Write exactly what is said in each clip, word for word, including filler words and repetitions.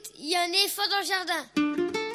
Écoute, il y a un éléphant dans le jardin.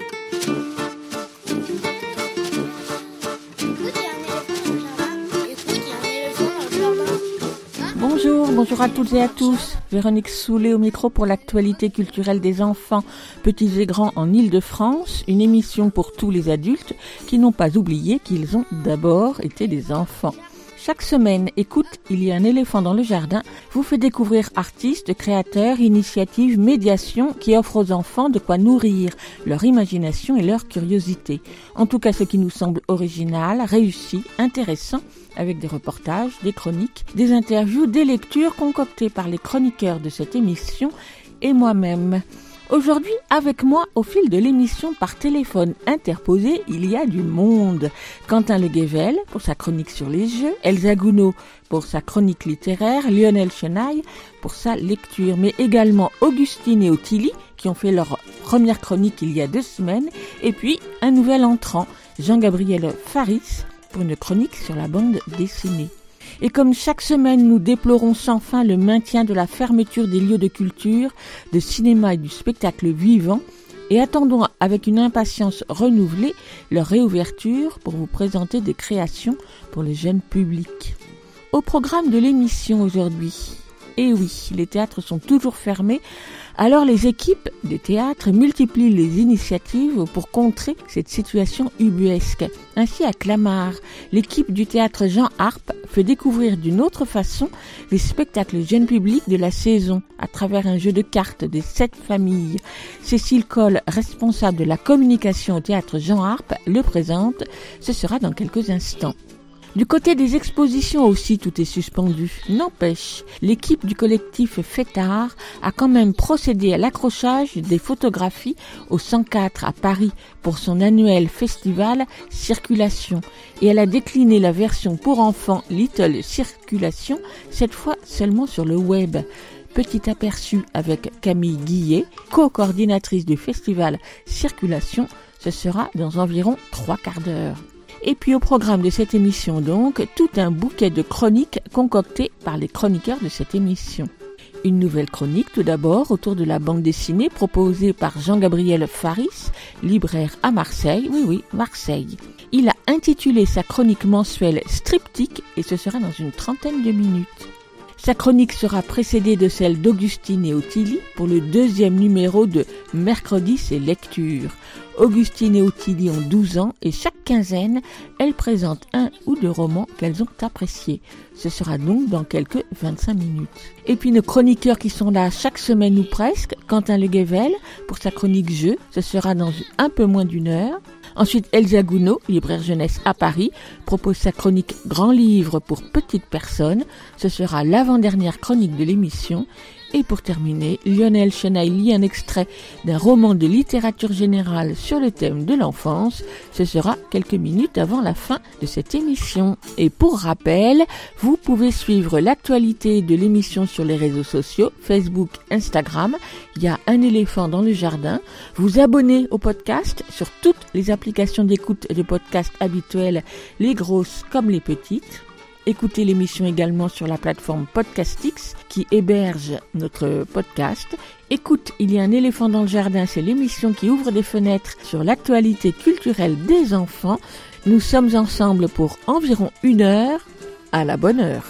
Bonjour, bonjour à toutes et à tous. Véronique Soulet au micro pour l'actualité culturelle des enfants, petits et grands en Île-de-France, une émission pour tous les adultes qui n'ont pas oublié qu'ils ont d'abord été des enfants. Chaque semaine, écoute, il y a un éléphant dans le jardin, vous fait découvrir artistes, créateurs, initiatives, médiations qui offrent aux enfants de quoi nourrir leur imagination et leur curiosité. En tout cas, ce qui nous semble original, réussi, intéressant, avec des reportages, des chroniques, des interviews, des lectures concoctées par les chroniqueurs de cette émission et moi-même. Aujourd'hui, avec moi, au fil de l'émission par téléphone interposé, il y a du monde. Quentin Le Guével pour sa chronique sur les jeux, Elsa Gounod pour sa chronique littéraire, Lionel Chenaille pour sa lecture, mais également Augustine et Ottilie qui ont fait leur première chronique il y a deux semaines, et puis un nouvel entrant, Jean-Gabriel Faris, pour une chronique sur la bande dessinée. Et comme chaque semaine, nous déplorons sans fin le maintien de la fermeture des lieux de culture, de cinéma et du spectacle vivant, et attendons avec une impatience renouvelée leur réouverture pour vous présenter des créations pour le jeune public. Au programme de l'émission aujourd'hui, et oui, les théâtres sont toujours fermés, alors les équipes des théâtres multiplient les initiatives pour contrer cette situation ubuesque. Ainsi à Clamart, l'équipe du théâtre Jean Harpe fait découvrir d'une autre façon les spectacles jeunes publics de la saison à travers un jeu de cartes des sept familles. Cécile Coll, responsable de la communication au théâtre Jean Harpe, le présente. Ce sera dans quelques instants. Du côté des expositions aussi, tout est suspendu. N'empêche, l'équipe du collectif Fêtard a quand même procédé à l'accrochage des photographies au cent quatre à Paris pour son annuel festival Circulation. Et elle a décliné la version pour enfants Little Circulation, cette fois seulement sur le web. Petit aperçu avec Camille Guillet, co-coordinatrice du festival Circulation, ce sera dans environ trois quarts d'heure. Et puis au programme de cette émission donc, tout un bouquet de chroniques concoctées par les chroniqueurs de cette émission. Une nouvelle chronique tout d'abord autour de la bande dessinée proposée par Jean-Gabriel Faris, libraire à Marseille, oui oui, Marseille. Il a intitulé sa chronique mensuelle Striptyque et ce sera dans une trentaine de minutes. Sa chronique sera précédée de celle d'Augustine et Ottilie pour le deuxième numéro de Mercredi c'est lecture. Augustine et Ottilie ont douze ans et chaque quinzaine, elles présentent un ou deux romans qu'elles ont appréciés. Ce sera donc dans quelques vingt-cinq minutes. Et puis nos chroniqueurs qui sont là chaque semaine ou presque, Quentin Le Guével pour sa chronique jeu, ce sera dans un peu moins d'une heure. Ensuite, Elsa Gounod, libraire jeunesse à Paris, propose sa chronique Grand livre pour petites personnes. Ce sera l'avant-dernière chronique de l'émission. Et pour terminer, Lionel Chenaille lit un extrait d'un roman de littérature générale sur le thème de l'enfance. Ce sera quelques minutes avant la fin de cette émission. Et pour rappel, vous pouvez suivre l'actualité de l'émission sur les réseaux sociaux, Facebook, Instagram. Il y a un éléphant dans le jardin. Vous abonnez au podcast sur toutes les applications d'écoute de podcasts habituelles, les grosses comme les petites. Écoutez l'émission également sur la plateforme Podcastix qui héberge notre podcast. Écoute, il y a un éléphant dans le jardin, c'est l'émission qui ouvre des fenêtres sur l'actualité culturelle des enfants. Nous sommes ensemble pour environ une heure, à la bonne heure.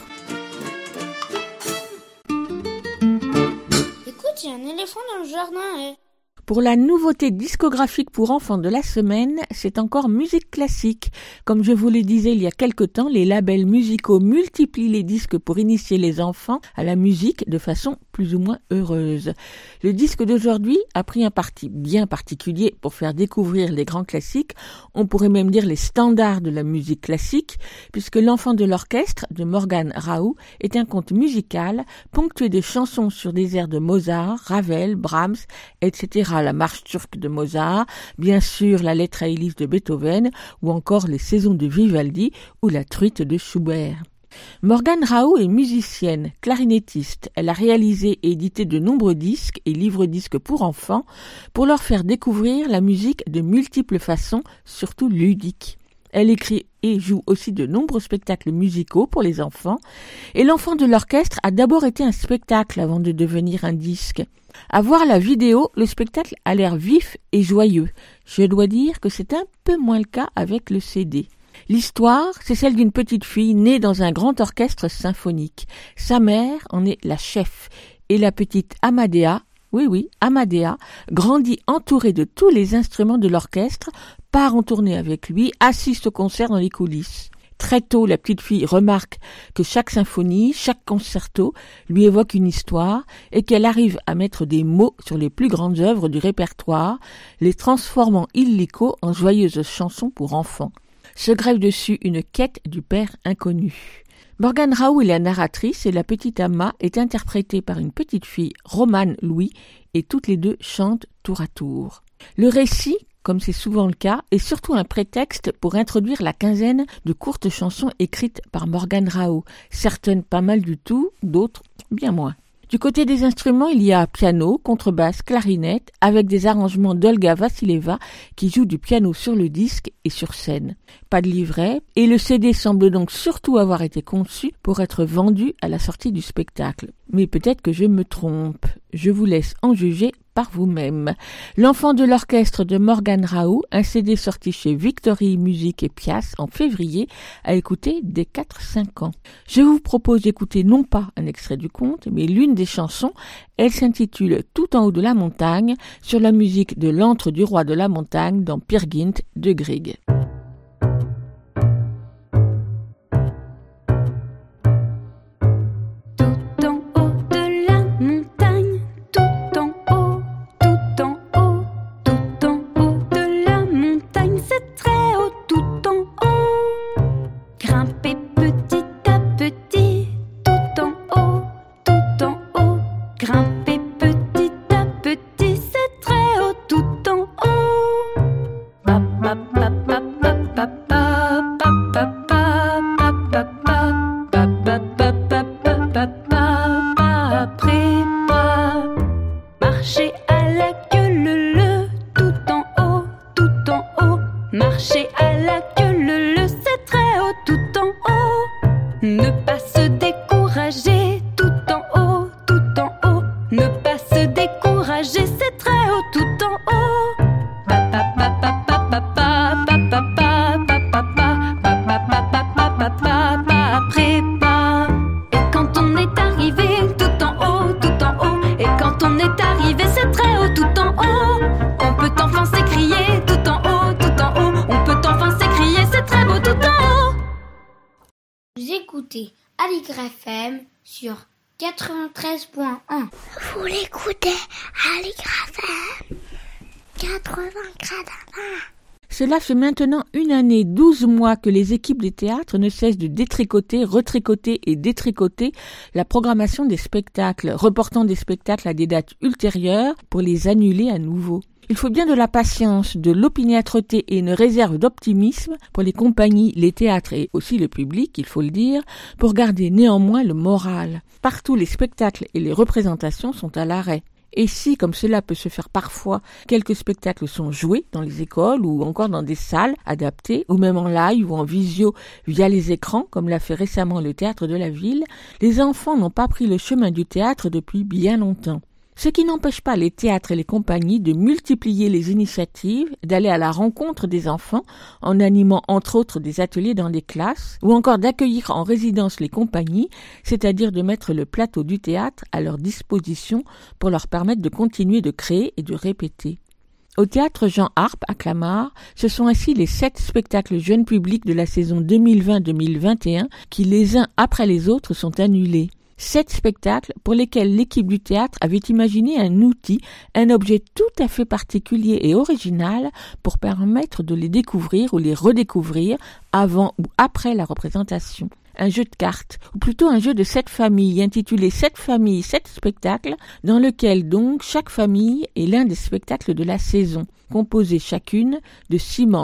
Écoute, il y a un éléphant dans le jardin, eh. Pour la nouveauté discographique pour enfants de la semaine, c'est encore musique classique. Comme je vous le disais il y a quelque temps, les labels musicaux multiplient les disques pour initier les enfants à la musique de façon plus ou moins heureuse. Le disque d'aujourd'hui a pris un parti bien particulier pour faire découvrir les grands classiques, on pourrait même dire les standards de la musique classique, puisque L'Enfant de l'orchestre de Morgan Raoult est un conte musical ponctué de chansons sur des airs de Mozart, Ravel, Brahms, et cetera. La marche turque de Mozart, bien sûr la lettre à Élise de Beethoven, ou encore les saisons de Vivaldi ou la truite de Schubert. Morgan Raoult est musicienne, clarinettiste. Elle a réalisé et édité de nombreux disques et livres-disques pour enfants pour leur faire découvrir la musique de multiples façons, surtout ludiques. Elle écrit et joue aussi de nombreux spectacles musicaux pour les enfants. Et l'enfant de l'orchestre a d'abord été un spectacle avant de devenir un disque. À voir la vidéo, le spectacle a l'air vif et joyeux. Je dois dire que c'est un peu moins le cas avec le C D. L'histoire, c'est celle d'une petite fille née dans un grand orchestre symphonique. Sa mère en est la chef. Et la petite Amadea, oui oui, Amadea, grandit entourée de tous les instruments de l'orchestre, part en tournée avec lui, assiste au concert dans les coulisses. Très tôt, la petite fille remarque que chaque symphonie, chaque concerto lui évoque une histoire et qu'elle arrive à mettre des mots sur les plus grandes œuvres du répertoire, les transformant illico en joyeuses chansons pour enfants. Se grève dessus une quête du père inconnu. Morgane Raoult est la narratrice et la petite Amma est interprétée par une petite fille, Romane Louis, et toutes les deux chantent tour à tour. Le récit, comme c'est souvent le cas, est surtout un prétexte pour introduire la quinzaine de courtes chansons écrites par Morgane Raoult, certaines pas mal du tout, d'autres bien moins. Du côté des instruments, il y a piano, contrebasse, clarinette, avec des arrangements d'Olga Vassileva qui joue du piano sur le disque et sur scène. Pas de livret, et le C D semble donc surtout avoir été conçu pour être vendu à la sortie du spectacle. Mais peut-être que je me trompe. Je vous laisse en juger par vous-même. L'enfant de l'orchestre de Morgane Raoult, un C D sorti chez Victory Musique et Pias en février, à écouter dès quatre cinq ans. Je vous propose d'écouter non pas un extrait du conte, mais l'une des chansons. Elle s'intitule Tout en haut de la montagne, sur la musique de l'antre du roi de la montagne dans Peer Gynt de Grieg. Aligre F M sur quatre-vingt-treize point un. Vous l'écoutez Aligre F M quatre-vingt-treize point un. Cela fait maintenant une année, douze mois que les équipes des théâtres ne cessent de détricoter, retricoter et détricoter la programmation des spectacles, reportant des spectacles à des dates ultérieures pour les annuler à nouveau. Il faut bien de la patience, de l'opiniâtreté et une réserve d'optimisme pour les compagnies, les théâtres et aussi le public, il faut le dire, pour garder néanmoins le moral. Partout, les spectacles et les représentations sont à l'arrêt. Et si, comme cela peut se faire parfois, quelques spectacles sont joués dans les écoles ou encore dans des salles adaptées, ou même en live ou en visio via les écrans, comme l'a fait récemment le théâtre de la ville, les enfants n'ont pas pris le chemin du théâtre depuis bien longtemps. Ce qui n'empêche pas les théâtres et les compagnies de multiplier les initiatives, d'aller à la rencontre des enfants en animant entre autres des ateliers dans les classes, ou encore d'accueillir en résidence les compagnies, c'est-à-dire de mettre le plateau du théâtre à leur disposition pour leur permettre de continuer de créer et de répéter. Au théâtre Jean Harpe à Clamart, ce sont ainsi les sept spectacles jeunes publics de la saison deux mille vingt deux mille vingt et un qui les uns après les autres sont annulés. Sept spectacles pour lesquels l'équipe du théâtre avait imaginé un outil, un objet tout à fait particulier et original pour permettre de les découvrir ou les redécouvrir avant ou après la représentation. Un jeu de cartes, ou plutôt un jeu de sept familles, intitulé Sept familles, sept spectacles, dans lequel donc chaque famille est l'un des spectacles de la saison, composé chacune de six membres,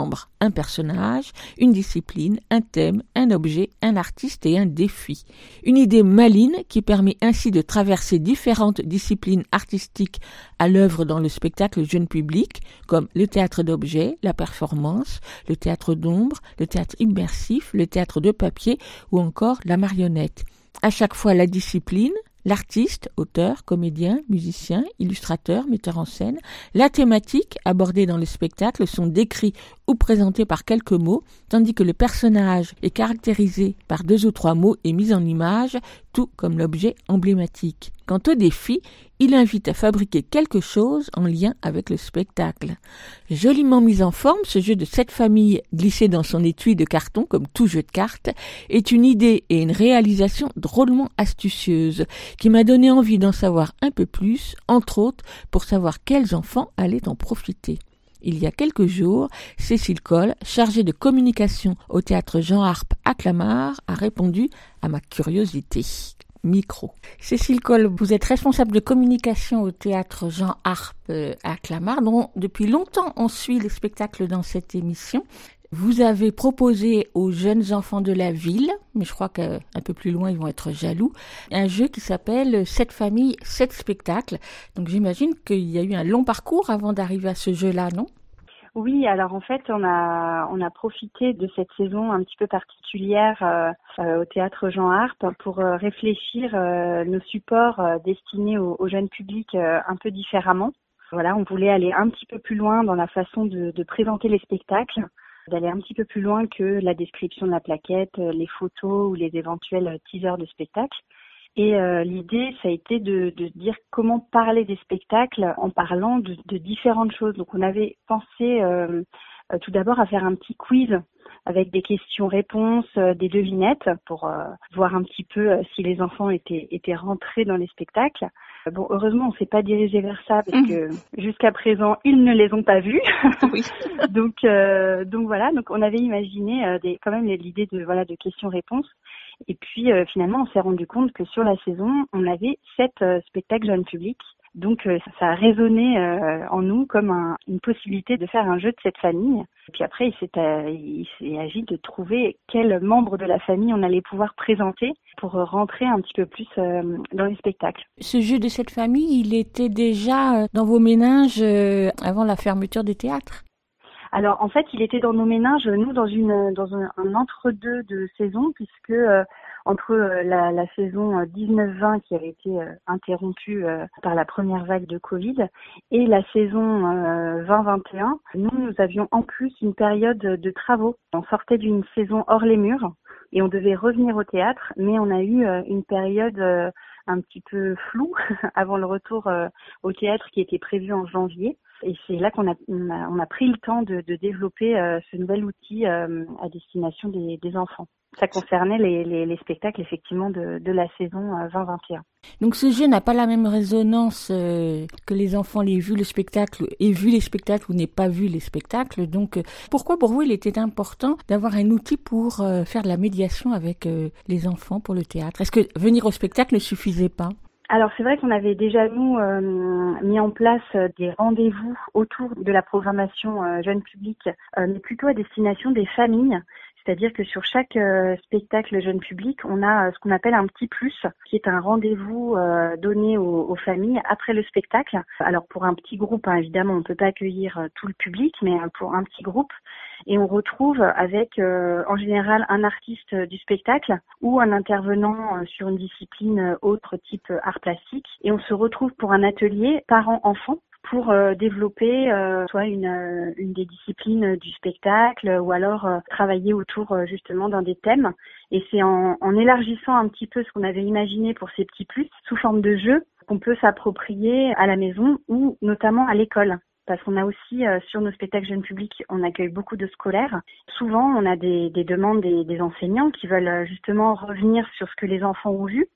un personnage, une discipline, un thème, un objet, un artiste et un défi. Une idée maligne qui permet ainsi de traverser différentes disciplines artistiques à l'œuvre dans le spectacle jeune public, comme le théâtre d'objets, la performance, le théâtre d'ombre, le théâtre immersif, le théâtre de papier ou encore la marionnette. À chaque fois la discipline, l'artiste, auteur, comédien, musicien, illustrateur, metteur en scène, la thématique abordée dans le spectacle sont décrits ou présentés par quelques mots, tandis que le personnage est caractérisé par deux ou trois mots et mis en image, tout comme l'objet emblématique. Quant au défi, il invite à fabriquer quelque chose en lien avec le spectacle. Joliment mis en forme, ce jeu de sept familles glissé dans son étui de carton comme tout jeu de cartes est une idée et une réalisation drôlement astucieuse qui m'a donné envie d'en savoir un peu plus, entre autres pour savoir quels enfants allaient en profiter. Il y a quelques jours, Cécile Coll, chargée de communication au théâtre Jean Harpe à Clamart, a répondu à ma curiosité. Micro. Cécile Coll, vous êtes responsable de communication au théâtre Jean Harpe à Clamart, dont depuis longtemps on suit les spectacles dans cette émission. Vous avez proposé aux jeunes enfants de la ville, mais je crois qu'un peu plus loin ils vont être jaloux, un jeu qui s'appelle sept familles, sept spectacles. Donc j'imagine qu'il y a eu un long parcours avant d'arriver à ce jeu-là, non ? Oui, alors en fait, on a on a profité de cette saison un petit peu particulière euh, euh, au théâtre Jean Harpe pour euh, réfléchir euh, nos supports euh, destinés au, au jeune public euh, un peu différemment. Voilà, on voulait aller un petit peu plus loin dans la façon de, de présenter les spectacles, d'aller un petit peu plus loin que la description de la plaquette, les photos ou les éventuels teasers de spectacles. Et euh, l'idée, ça a été de, de dire comment parler des spectacles en parlant de, de différentes choses. Donc on avait pensé euh, euh, tout d'abord à faire un petit quiz avec des questions-réponses, euh, des devinettes pour euh, voir un petit peu euh, si les enfants étaient, étaient rentrés dans les spectacles. Bon, heureusement, on s'est pas dirigé vers ça parce que jusqu'à présent, ils ne les ont pas vus. Oui. donc, euh, donc voilà. Donc, on avait imaginé euh, des, quand même l'idée de voilà de questions-réponses. Et puis euh, finalement, on s'est rendu compte que sur la saison, on avait sept euh, spectacles jeunes publics. Donc euh, ça a résonné euh, en nous comme un, une possibilité de faire un jeu de cette famille. Et puis après, il s'est, euh, il s'est agi de trouver quel membre de la famille on allait pouvoir présenter pour euh, rentrer un petit peu plus euh, dans les spectacles. Ce jeu de cette famille, il était déjà dans vos méninges euh, avant la fermeture des théâtres ? Alors en fait, il était dans nos méninges, nous dans une dans un, un entre-deux de saison, puisque euh, entre euh, la, la saison dix-neuf vingt qui avait été euh, interrompue euh, par la première vague de Covid et la saison euh, vingt vingt et un, nous nous avions en plus une période de travaux. On sortait d'une saison hors les murs et on devait revenir au théâtre, mais on a eu euh, une période euh, un petit peu floue avant le retour euh, au théâtre qui était prévu en janvier. Et c'est là qu'on a, on a, on a pris le temps de, de développer euh, ce nouvel outil euh, à destination des, des enfants. Ça concernait les, les, les spectacles effectivement de, de la saison euh, vingt vingt et un. Donc ce jeu n'a pas la même résonance euh, que les enfants l'aient vu le spectacle, aient vu les spectacles ou n'aient pas vu les spectacles. Donc euh, pourquoi pour vous il était important d'avoir un outil pour euh, faire de la médiation avec euh, les enfants pour le théâtre ? Est-ce que venir au spectacle ne suffisait pas ? Alors c'est vrai qu'on avait déjà nous euh, mis en place des rendez-vous autour de la programmation euh, jeune public, euh, mais plutôt à destination des familles. C'est-à-dire que sur chaque euh, spectacle jeune public, on a euh, ce qu'on appelle un petit plus, qui est un rendez-vous euh, donné aux, aux familles après le spectacle. Alors pour un petit groupe, hein, évidemment, on ne peut pas accueillir euh, tout le public, mais euh, pour un petit groupe, et on retrouve avec euh, en général un artiste du spectacle ou un intervenant euh, sur une discipline euh, autre type euh, art plastique, et on se retrouve pour un atelier parents-enfants pour euh, développer euh, soit une, euh, une des disciplines du spectacle ou alors euh, travailler autour euh, justement d'un des thèmes. Et c'est en, en élargissant un petit peu ce qu'on avait imaginé pour ces petits plus sous forme de jeu qu'on peut s'approprier à la maison ou notamment à l'école. Parce qu'on a aussi, euh, sur nos spectacles jeunes publics, on accueille beaucoup de scolaires. Souvent, on a des, des demandes des, des enseignants qui veulent euh, justement revenir sur ce que les enfants ont vu.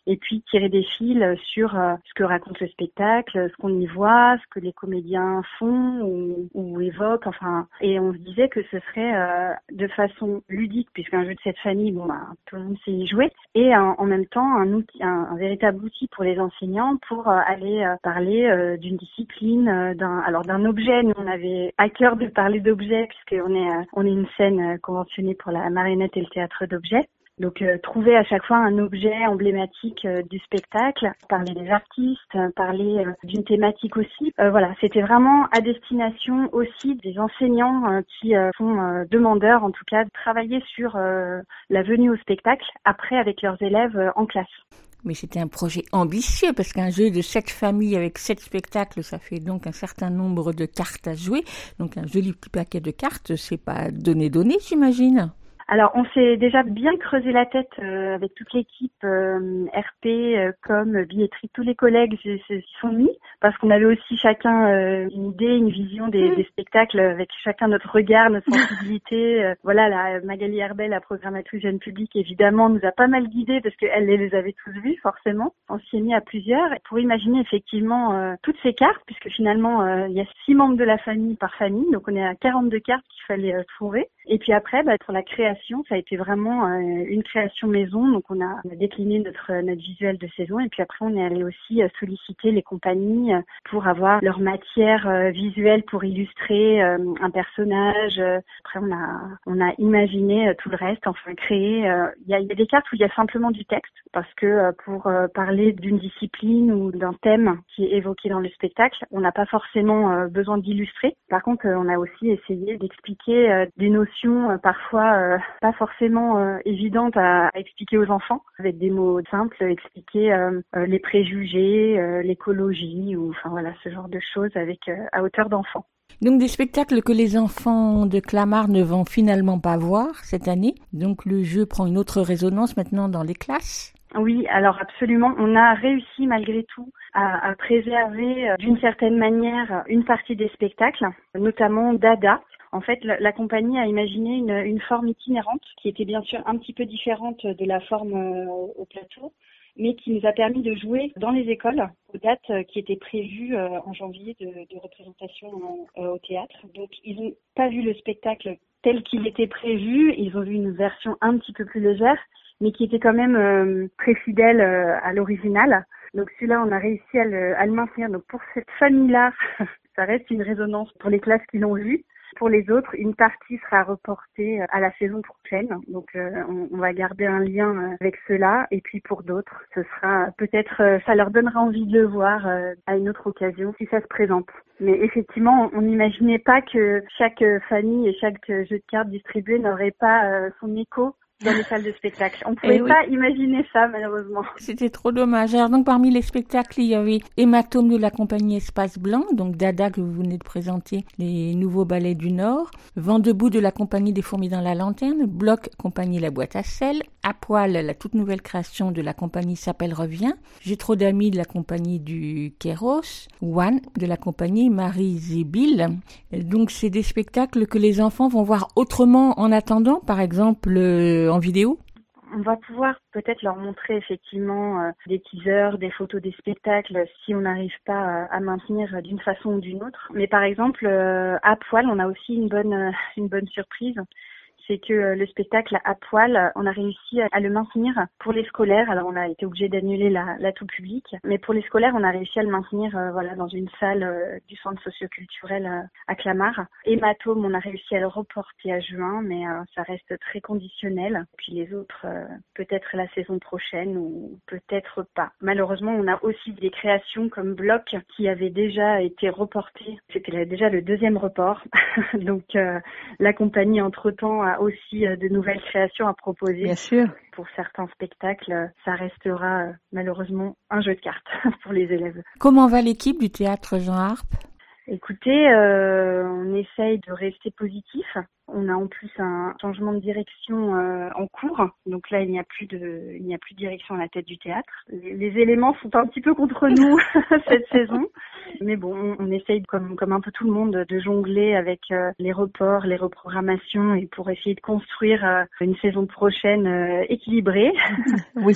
et puis tirer des fils sur euh, ce que raconte le spectacle, ce qu'on y voit, ce que les comédiens font ou, ou évoquent, enfin. Et on se disait que ce serait euh, de façon ludique, puisqu'un jeu de cette famille, bon bah tout le monde sait y jouer, et en, en même temps un outil, un, un véritable outil pour les enseignants pour euh, aller euh, parler euh, d'une discipline, euh, d'un alors d'un objet. Nous on avait à cœur de parler d'objets puisqu'on est euh, on est une scène euh, conventionnée pour la marionnette et le théâtre d'objets. Donc euh, trouver à chaque fois un objet emblématique euh, du spectacle, parler des artistes, euh, parler euh, d'une thématique aussi. Euh, voilà, c'était vraiment à destination aussi des enseignants euh, qui euh, sont euh, demandeurs, en tout cas, de travailler sur euh, la venue au spectacle après avec leurs élèves euh, en classe. Mais c'était un projet ambitieux parce qu'un jeu de sept familles avec sept spectacles, ça fait donc un certain nombre de cartes à jouer. Donc un joli petit paquet de cartes, c'est pas donné donné, j'imagine. Alors, on s'est déjà bien creusé la tête euh, avec toute l'équipe euh, R P, euh, com, billetterie, tous les collègues s'y sont mis parce qu'on avait aussi chacun euh, une idée, une vision des, mmh. des spectacles avec chacun notre regard, notre sensibilité. euh, voilà, la Magali Herbel, la programmatrice jeune public, évidemment, nous a pas mal guidés parce qu'elle les avait tous vus, forcément. On s'y est mis à plusieurs pour imaginer effectivement euh, toutes ces cartes puisque finalement, euh, il y a six membres de la famille par famille, donc on est à quarante-deux cartes qu'il fallait euh, trouver. Et puis après, bah, pour la création, ça a été vraiment euh, une création maison. Donc on a, on a décliné notre notre visuel de saison. Et puis après, on est allé aussi euh, solliciter les compagnies euh, pour avoir leur matière euh, visuelle pour illustrer euh, un personnage. Après, on a on a imaginé euh, tout le reste, enfin créé. Il euh, y, a, y a des cartes où il y a simplement du texte parce que euh, pour euh, parler d'une discipline ou d'un thème qui est évoqué dans le spectacle, on n'a pas forcément euh, besoin d'illustrer. Par contre, euh, on a aussi essayé d'expliquer euh, des notions Euh, parfois euh, pas forcément euh, évidentes à, à expliquer aux enfants, avec des mots simples, expliquer euh, euh, les préjugés, euh, l'écologie, ou enfin voilà ce genre de choses avec euh, à hauteur d'enfant. Donc des spectacles que les enfants de Clamart ne vont finalement pas voir cette année. Donc le jeu prend une autre résonance maintenant dans les classes. Oui, alors absolument. On a réussi malgré tout à, à préserver euh, d'une certaine manière une partie des spectacles, notamment Dada. En fait, la, la compagnie a imaginé une, une forme itinérante qui était bien sûr un petit peu différente de la forme euh, au plateau, mais qui nous a permis de jouer dans les écoles aux dates euh, qui étaient prévues euh, en janvier de, de représentation euh, au théâtre. Donc, ils n'ont pas vu le spectacle tel qu'il était prévu. Ils ont vu une version un petit peu plus légère, mais qui était quand même euh, très fidèle euh, à l'original. Donc, celui-là, on a réussi à le, à le maintenir. Donc, pour cette famille-là, ça reste une résonance pour les classes qui l'ont vu. Pour les autres, une partie sera reportée à la saison prochaine. Donc, euh, on, on va garder un lien avec ceux-là. Et puis, pour d'autres, ce sera peut-être, euh, ça leur donnera envie de le voir euh, à une autre occasion si ça se présente. Mais effectivement, on n'imaginait pas que chaque famille et chaque jeu de cartes distribué n'aurait pas euh, son écho dans les salles de spectacle. On ne pouvait oui. pas imaginer ça, malheureusement. C'était trop dommage. Alors, donc, parmi les spectacles, il y avait Hématome de la compagnie Espace Blanc, donc Dada que vous venez de présenter, les nouveaux ballets du Nord, Vent debout de la compagnie des fourmis dans la lanterne, Bloc compagnie La Boîte à Sel, À Poil, la toute nouvelle création de la compagnie S'appelle Revient, J'ai trop d'amis de la compagnie du Kéros, One de la compagnie Marie Zébil. Donc, c'est des spectacles que les enfants vont voir autrement en attendant, par exemple, euh, en vidéo. On va pouvoir peut-être leur montrer effectivement euh, des teasers, des photos des spectacles si on n'arrive pas euh, à maintenir d'une façon ou d'une autre. Mais par exemple, euh, à Poil, on a aussi une bonne, euh, une bonne surprise. C'est que euh, le spectacle à Poil, on a réussi à, à le maintenir pour les scolaires. Alors on a été obligé d'annuler la, la tout public, mais pour les scolaires, on a réussi à le maintenir euh, voilà dans une salle euh, du centre socioculturel euh, à Clamart. Hématome, on a réussi à le reporter à juin, mais euh, ça reste très conditionnel. Puis les autres, euh, peut-être la saison prochaine ou peut-être pas. Malheureusement, on a aussi des créations comme Bloc qui avaient déjà été reportées. C'était déjà le deuxième report. Donc euh, la compagnie entre-temps a aussi de nouvelles créations à proposer. Bien sûr. Pour certains spectacles, ça restera malheureusement un jeu de cartes pour les élèves. Comment va l'équipe du théâtre Jean Harpe ? Écoutez, euh, on essaye de rester positif. On a en plus un changement de direction euh, en cours. Donc là, il n'y a plus de, il n'y a plus de direction à la tête du théâtre. Les, les éléments sont un petit peu contre nous cette saison. Mais bon, on, on essaye, comme, comme un peu tout le monde, de jongler avec euh, les reports, les reprogrammations et pour essayer de construire euh, une saison prochaine euh, équilibrée. Oui.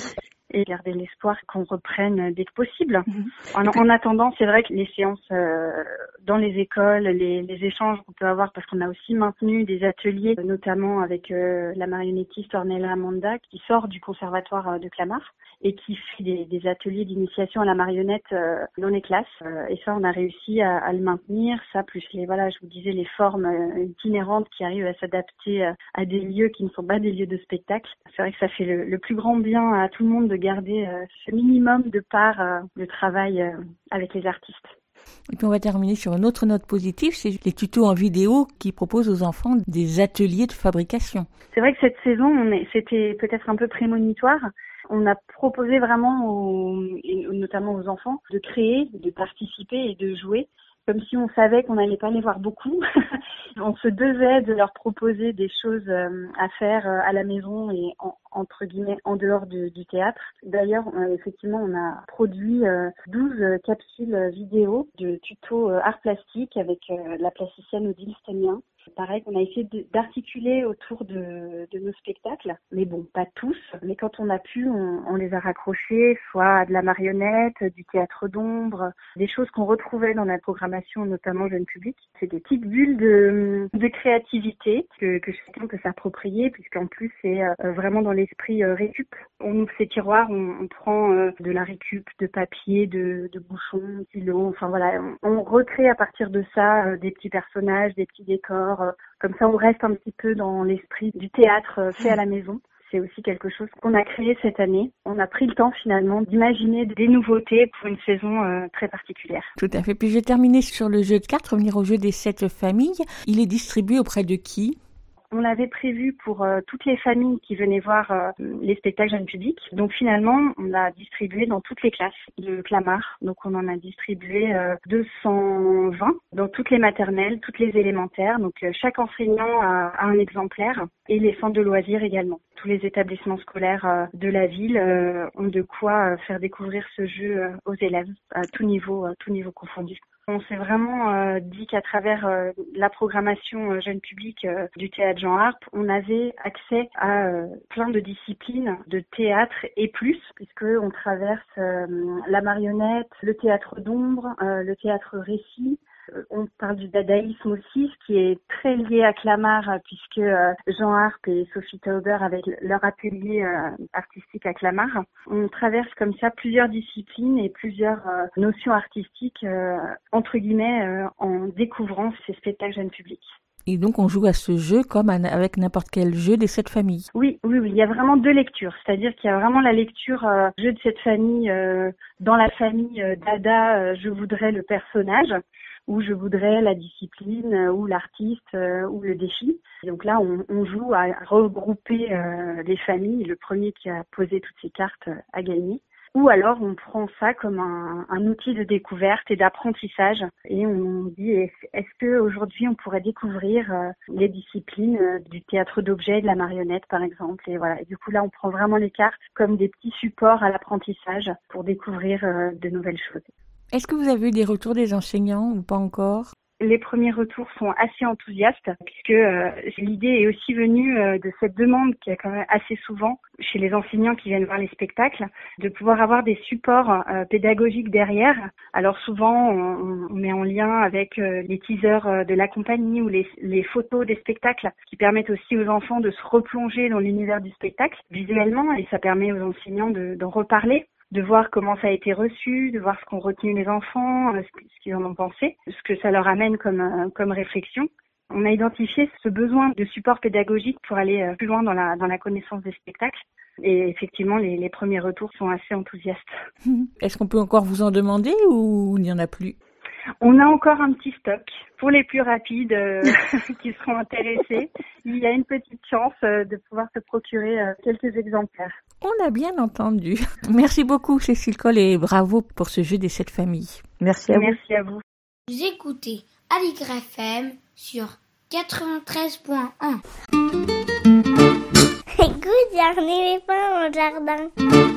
et garder l'espoir qu'on reprenne dès que possible. Mmh. En, en attendant, c'est vrai que les séances euh, dans les écoles, les, les échanges qu'on peut avoir, parce qu'on a aussi maintenu des ateliers, notamment avec euh, la marionnettiste Ornella Amanda, qui sort du conservatoire de Clamart et qui fait des, des ateliers d'initiation à la marionnette euh, dans les classes. Euh, et ça, on a réussi à, à le maintenir. Ça, plus les, voilà, je vous disais, les formes euh, itinérantes qui arrivent à s'adapter euh, à des lieux qui ne sont pas des lieux de spectacle. C'est vrai que ça fait le, le plus grand bien à tout le monde de garder euh, ce minimum de part euh, de travail euh, avec les artistes. Et puis on va terminer sur une autre note positive, c'est les tutos en vidéo qui proposent aux enfants des ateliers de fabrication. C'est vrai que cette saison, on est, c'était peut-être un peu prémonitoire. On a proposé vraiment, aux, et notamment aux enfants, de créer, de participer et de jouer, comme si on savait qu'on n'allait pas les voir beaucoup. On se devait de leur proposer des choses à faire à la maison et en, entre guillemets en dehors du, du théâtre. D'ailleurs, euh, effectivement, on a produit euh, douze capsules vidéo de tutos euh, art plastique avec euh, la plasticienne Odile Stemien. Pareil, on a essayé de, d'articuler autour de, de nos spectacles, mais bon, pas tous. Mais quand on a pu, on, on les a raccrochés, soit à de la marionnette, du théâtre d'ombre, des choses qu'on retrouvait dans la programmation, notamment jeune public. C'est des petites bulles de, de créativité que, que chacun peut s'approprier, puisqu'en plus, c'est euh, vraiment dans l'esprit euh, récup. On ouvre ces tiroirs, on, on prend euh, de la récup, de papier, de, de bouchons, de stylos, enfin voilà, on, on recrée à partir de ça euh, des petits personnages, des petits décors. Comme ça, on reste un petit peu dans l'esprit du théâtre fait à la maison. C'est aussi quelque chose qu'on a créé cette année. On a pris le temps finalement d'imaginer des nouveautés pour une saison euh, très particulière. Tout à fait. Puis je vais terminer sur le jeu de cartes, revenir au jeu des sept familles. Il est distribué auprès de qui ? On l'avait prévu pour euh, toutes les familles qui venaient voir euh, les spectacles jeunes publics. Donc finalement, on l'a distribué dans toutes les classes de Clamart. Donc on en a distribué euh, deux cent vingt dans toutes les maternelles, toutes les élémentaires. Donc euh, chaque enseignant a, a un exemplaire et les centres de loisirs également. Tous les établissements scolaires euh, de la ville euh, ont de quoi euh, faire découvrir ce jeu euh, aux élèves à tout niveau, à tout niveau confondu. On s'est vraiment euh, dit qu'à travers euh, la programmation euh, jeune public euh, du théâtre Jean Harpe, on avait accès à euh, plein de disciplines de théâtre et plus, puisque on traverse euh, la marionnette, le théâtre d'ombre, euh, le théâtre récit. On parle du dadaïsme aussi, ce qui est très lié à Clamart, puisque euh, Jean Harpe et Sophie Tauber, avec leur atelier euh, artistique à Clamart, on traverse comme ça plusieurs disciplines et plusieurs euh, notions artistiques, euh, entre guillemets, euh, en découvrant ces spectacles jeunes publics. Et donc on joue à ce jeu comme avec n'importe quel jeu des sept familles. Oui, oui, oui. Il y a vraiment deux lectures. C'est-à-dire qu'il y a vraiment la lecture euh, jeu de cette famille. Euh, dans la famille euh, Dada, euh, je voudrais le personnage, ou je voudrais la discipline, euh, ou l'artiste, euh, ou le défi. Et donc là, on, on joue à regrouper euh, les familles. Le premier qui a posé toutes ces cartes euh, a gagné. Ou alors on prend ça comme un, un outil de découverte et d'apprentissage et on dit est-ce, est-ce que aujourd'hui on pourrait découvrir euh, les disciplines euh, du théâtre d'objets, de la marionnette par exemple, et voilà. Et du coup là on prend vraiment les cartes comme des petits supports à l'apprentissage pour découvrir euh, de nouvelles choses. Est-ce que vous avez eu des retours des enseignants ou pas encore ? Les premiers retours sont assez enthousiastes puisque euh, l'idée est aussi venue euh, de cette demande qui est quand même assez souvent chez les enseignants qui viennent voir les spectacles, de pouvoir avoir des supports euh, pédagogiques derrière. Alors souvent, on, on met en lien avec euh, les teasers euh, de la compagnie ou les, les photos des spectacles qui permettent aussi aux enfants de se replonger dans l'univers du spectacle visuellement et ça permet aux enseignants de, d'en reparler, de voir comment ça a été reçu, de voir ce qu'ont retenu les enfants, ce qu'ils en ont pensé, ce que ça leur amène comme, comme réflexion. On a identifié ce besoin de support pédagogique pour aller plus loin dans la, dans la connaissance des spectacles. Et effectivement, les, les premiers retours sont assez enthousiastes. Est-ce qu'on peut encore vous en demander ou il n'y en a plus ? On a encore un petit stock pour les plus rapides euh, qui seront intéressés. Il y a une petite chance euh, de pouvoir se procurer euh, quelques exemplaires. On a bien entendu. Merci beaucoup Cécile Coll et bravo pour ce jeu des sept familles. Merci à vous. Merci à vous. Vous écoutez Aligre F M sur quatre-vingt-treize point un. Écoute, j'en ai pas au jardin.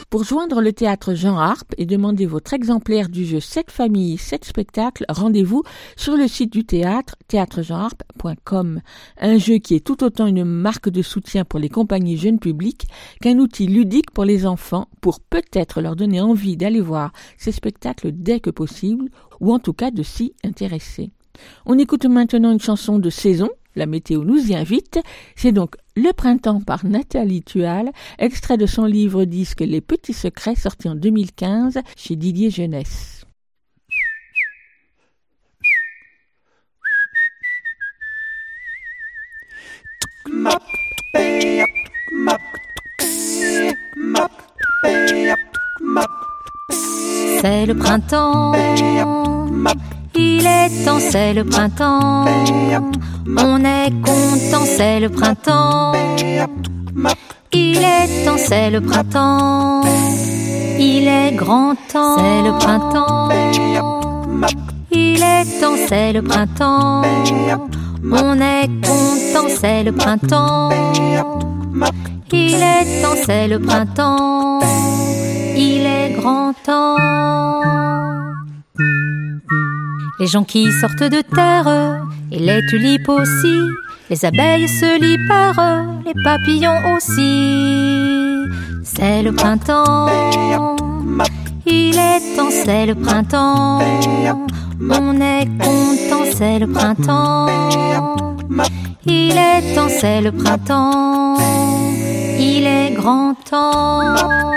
Pour joindre le théâtre Jean Harpe et demander votre exemplaire du jeu sept familles, sept spectacles, rendez-vous sur le site du théâtre, théâtre jean harpe point com. Un jeu qui est tout autant une marque de soutien pour les compagnies jeunes publics qu'un outil ludique pour les enfants pour peut-être leur donner envie d'aller voir ces spectacles dès que possible ou en tout cas de s'y intéresser. On écoute maintenant une chanson de saison. La météo nous y invite. C'est donc Le printemps par Nathalie Tual, extrait de son livre-disque Les petits secrets, sorti en deux mille quinze chez Didier Jeunesse. C'est le printemps, il est temps, c'est le printemps. On est content, c'est le printemps. Il est temps, c'est le printemps. Il est grand temps, c'est le printemps. Il est temps, c'est le printemps. On est content, c'est le printemps. Il est temps, c'est le printemps. Il est grand temps. Les gens qui sortent de terre, et les tulipes aussi, les abeilles se libèrent, les papillons aussi. C'est le printemps, il est temps, c'est le printemps. On est content, c'est le printemps. Il est temps, c'est le printemps. Il est grand temps.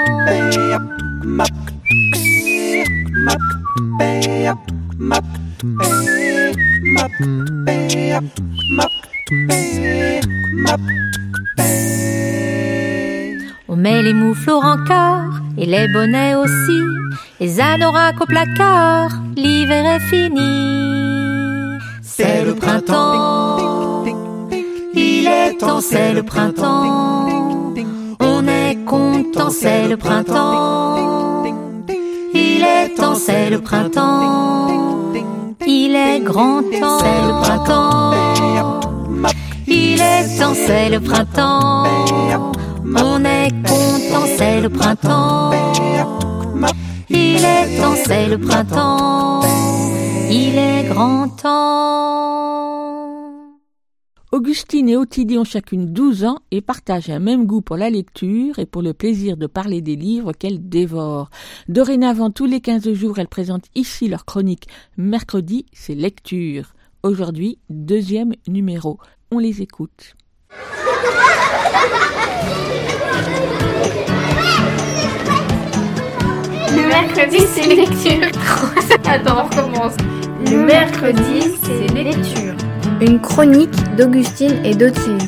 On met les moufles au rencard et les bonnets aussi, les anoraks au placard, l'hiver est fini. C'est le printemps, il est temps, c'est le printemps. On est content, c'est le printemps. Il est temps, c'est le printemps. Il est grand temps, c'est le printemps. Il est temps, c'est le printemps. On est content, c'est le printemps. Il est temps, c'est le printemps. Il est grand temps. Augustine et Ottilie ont chacune douze ans et partagent un même goût pour la lecture et pour le plaisir de parler des livres qu'elles dévorent. Dorénavant, tous les quinze jours, elles présentent ici leur chronique. Mercredi, c'est lecture. Aujourd'hui, deuxième numéro. On les écoute. Le mercredi, c'est lecture. Attends, on recommence. Le mercredi, c'est lecture. Une chronique d'Augustine et d'Ottilie.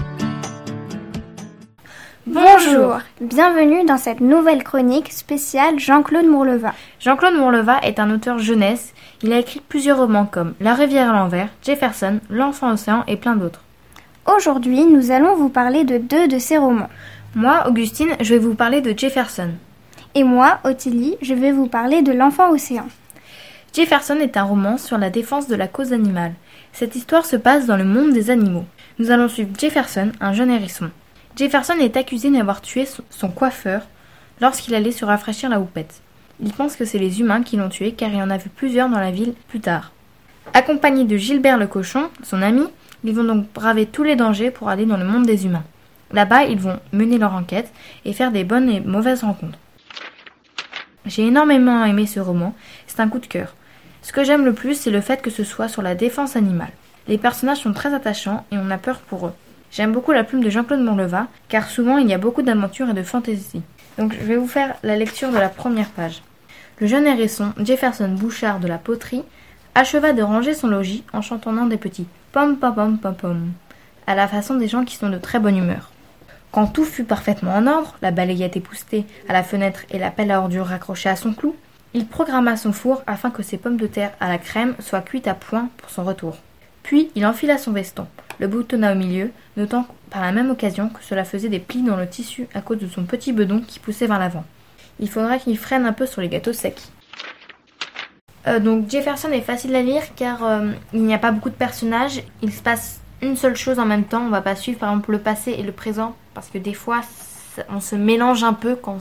Bonjour, bienvenue dans cette nouvelle chronique spéciale Jean-Claude Mourleva. Jean-Claude Mourleva est un auteur jeunesse. Il a écrit plusieurs romans comme La rivière à l'envers, Jefferson, L'enfant océan et plein d'autres. Aujourd'hui, nous allons vous parler de deux de ces romans. Moi, Augustine, je vais vous parler de Jefferson. Et moi, Ottilie, je vais vous parler de L'enfant océan. Jefferson est un roman sur la défense de la cause animale. Cette histoire se passe dans le monde des animaux. Nous allons suivre Jefferson, un jeune hérisson. Jefferson est accusé d'avoir tué son coiffeur lorsqu'il allait se rafraîchir la houppette. Il pense que c'est les humains qui l'ont tué car il y en a vu plusieurs dans la ville plus tard. Accompagné de Gilbert le cochon, son ami, ils vont donc braver tous les dangers pour aller dans le monde des humains. Là-bas, ils vont mener leur enquête et faire des bonnes et mauvaises rencontres. J'ai énormément aimé ce roman, c'est un coup de cœur. Ce que j'aime le plus, c'est le fait que ce soit sur la défense animale. Les personnages sont très attachants et on a peur pour eux. J'aime beaucoup la plume de Jean-Claude Mourleva, car souvent il y a beaucoup d'aventures et de fantaisie. Donc je vais vous faire la lecture de la première page. Le jeune hérisson, Jefferson Bouchard de la poterie, acheva de ranger son logis en chantonnant des petits pom pom pom pom pom, à la façon des gens qui sont de très bonne humeur. Quand tout fut parfaitement en ordre, la balayette époustée à la fenêtre et la pelle à ordures raccrochée à son clou, il programma son four afin que ses pommes de terre à la crème soient cuites à point pour son retour. Puis il enfila son veston, le boutonna au milieu, notant par la même occasion que cela faisait des plis dans le tissu à cause de son petit bedon qui poussait vers l'avant. Il faudra qu'il freine un peu sur les gâteaux secs. Euh, donc Jefferson est facile à lire car euh, il n'y a pas beaucoup de personnages, il se passe une seule chose en même temps, on va pas suivre par exemple le passé et le présent parce que des fois on se mélange un peu quand c'est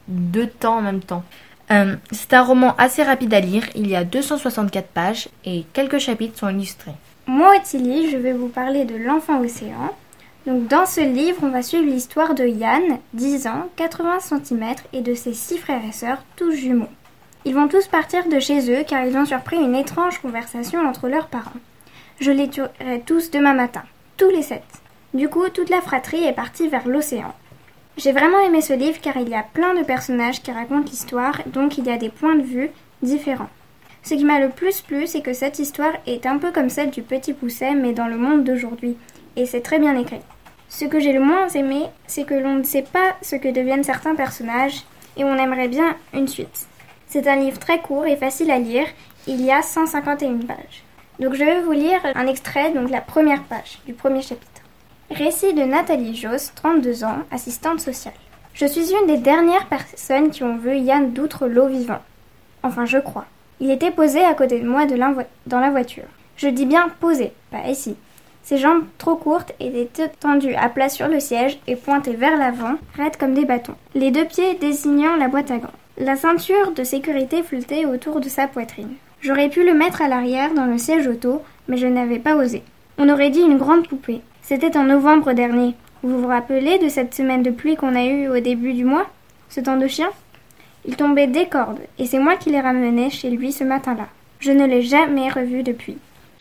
deux temps en même temps. Euh, c'est un roman assez rapide à lire, il y a deux cent soixante-quatre pages et quelques chapitres sont illustrés. Moi, Ottilie, je vais vous parler de l'enfant océan. Donc, dans ce livre, on va suivre l'histoire de Yann, dix ans, quatre-vingts centimètres, et de ses six frères et sœurs, tous jumeaux. Ils vont tous partir de chez eux car ils ont surpris une étrange conversation entre leurs parents. Je les tuerai tous demain matin, tous les sept. Du coup, toute la fratrie est partie vers l'océan. J'ai vraiment aimé ce livre car il y a plein de personnages qui racontent l'histoire, donc il y a des points de vue différents. Ce qui m'a le plus plu, c'est que cette histoire est un peu comme celle du Petit Poucet, mais dans le monde d'aujourd'hui, et c'est très bien écrit. Ce que j'ai le moins aimé, c'est que l'on ne sait pas ce que deviennent certains personnages, et on aimerait bien une suite. C'est un livre très court et facile à lire, il y a cent cinquante et une pages. Donc je vais vous lire un extrait, donc la première page du premier chapitre. Récit de Nathalie Josse, trente-deux ans, assistante sociale. Je suis une des dernières personnes qui ont vu Yann Doutre-Lot vivant. Enfin, je crois. Il était posé à côté de moi de la dans la voiture. Je dis bien posé, pas ici. Ses jambes trop courtes étaient tendues à plat sur le siège et pointées vers l'avant, raides comme des bâtons. Les deux pieds désignant la boîte à gants. La ceinture de sécurité flottait autour de sa poitrine. J'aurais pu le mettre à l'arrière dans le siège auto, mais je n'avais pas osé. On aurait dit une grande poupée. C'était en novembre dernier. Vous vous rappelez de cette semaine de pluie qu'on a eue au début du mois? Ce temps de chien? Il tombait des cordes, et c'est moi qui les ramenais chez lui ce matin-là. Je ne l'ai jamais revu depuis.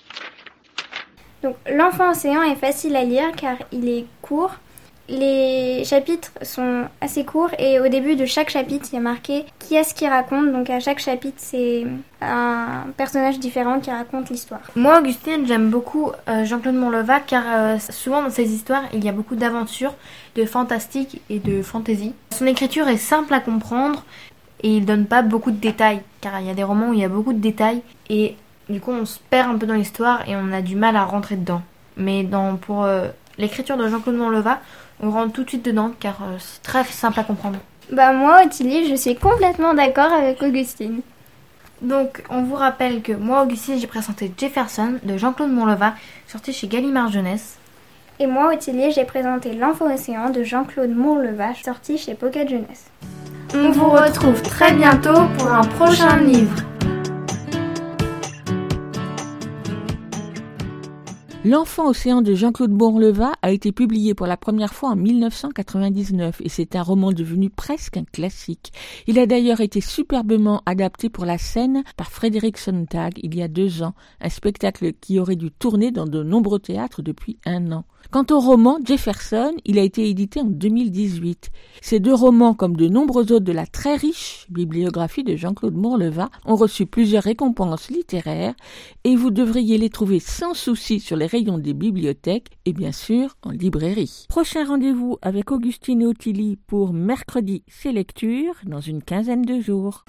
Donc, l'enfant océan est facile à lire car il est court. Les chapitres sont assez courts et au début de chaque chapitre, il y a marqué qui est-ce qui raconte. Donc à chaque chapitre, c'est un personnage différent qui raconte l'histoire. Moi, Augustine, j'aime beaucoup euh, Jean-Claude Monleva car euh, souvent dans ses histoires, il y a beaucoup d'aventures, de fantastique et de fantaisie. Son écriture est simple à comprendre et il donne pas beaucoup de détails car il y a des romans où il y a beaucoup de détails et du coup on se perd un peu dans l'histoire et on a du mal à rentrer dedans. Mais dans, pour euh, l'écriture de Jean-Claude Monleva, on rentre tout de suite dedans car euh, c'est très simple à comprendre. Bah moi, Ottilie, je suis complètement d'accord avec Augustine. Donc on vous rappelle que moi, Augustine, j'ai présenté Jefferson de Jean-Claude Monleva, sorti chez Gallimard Jeunesse. Et moi, Ottilie, j'ai présenté L'Enfant Océan de Jean-Claude Monleva, sorti chez Pocket Jeunesse. On vous retrouve très bientôt pour un prochain livre. L'Enfant océan de Jean-Claude Monleva a été publié pour la première fois en mille neuf cent quatre-vingt-dix-neuf et c'est un roman devenu presque un classique. Il a d'ailleurs été superbement adapté pour la scène par Frédéric Sontag il y a deux ans, un spectacle qui aurait dû tourner dans de nombreux théâtres depuis un an. Quant au roman Jefferson, il a été édité en deux mille dix-huit. Ces deux romans, comme de nombreux autres de la très riche bibliographie de Jean-Claude Monleva, ont reçu plusieurs récompenses littéraires et vous devriez les trouver sans souci sur les rayons des bibliothèques et bien sûr en librairie. Prochain rendez-vous avec Augustine et Ottilie pour mercredi, c'est lecture dans une quinzaine de jours.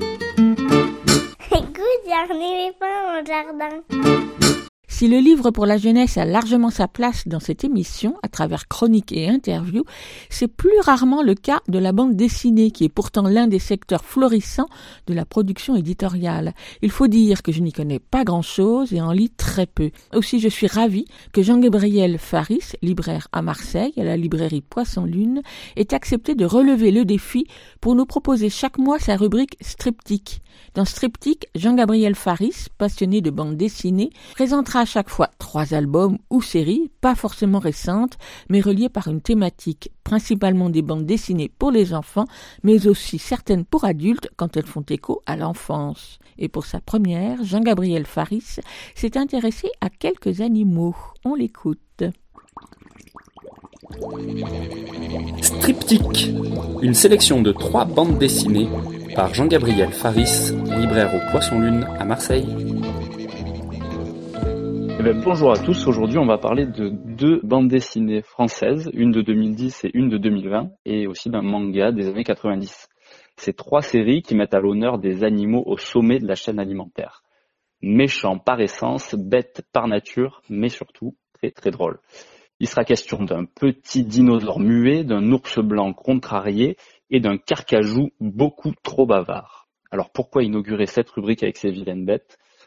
Écoute, j'en ai pas au jardin. Si le livre pour la jeunesse a largement sa place dans cette émission, à travers chroniques et interviews, c'est plus rarement le cas de la bande dessinée, qui est pourtant l'un des secteurs florissants de la production éditoriale. Il faut dire que je n'y connais pas grand-chose et en lis très peu. Aussi, je suis ravie que Jean-Gabriel Faris, libraire à Marseille, à la librairie Poisson-Lune, ait accepté de relever le défi pour nous proposer chaque mois sa rubrique Striptyque. Dans Striptyque, Jean-Gabriel Faris, passionné de bande dessinée, présentera à chaque fois trois albums ou séries, pas forcément récentes, mais reliées par une thématique, principalement des bandes dessinées pour les enfants, mais aussi certaines pour adultes quand elles font écho à l'enfance. Et pour sa première, Jean-Gabriel Faris s'est intéressé à quelques animaux. On l'écoute. Striptyque, une sélection de trois bandes dessinées par Jean-Gabriel Faris, libraire au Poisson-Lune à Marseille. Eh bien, bonjour à tous, aujourd'hui on va parler de deux bandes dessinées françaises, une de deux mille dix et une de deux mille vingt, et aussi d'un manga des années quatre-vingt-dix. Ces trois séries qui mettent à l'honneur des animaux au sommet de la chaîne alimentaire. Méchants par essence, bêtes par nature, mais surtout très très drôles. Il sera question d'un petit dinosaure muet, d'un ours blanc contrarié et d'un carcajou beaucoup trop bavard. Alors pourquoi inaugurer cette rubrique avec ces vilaines bêtes ?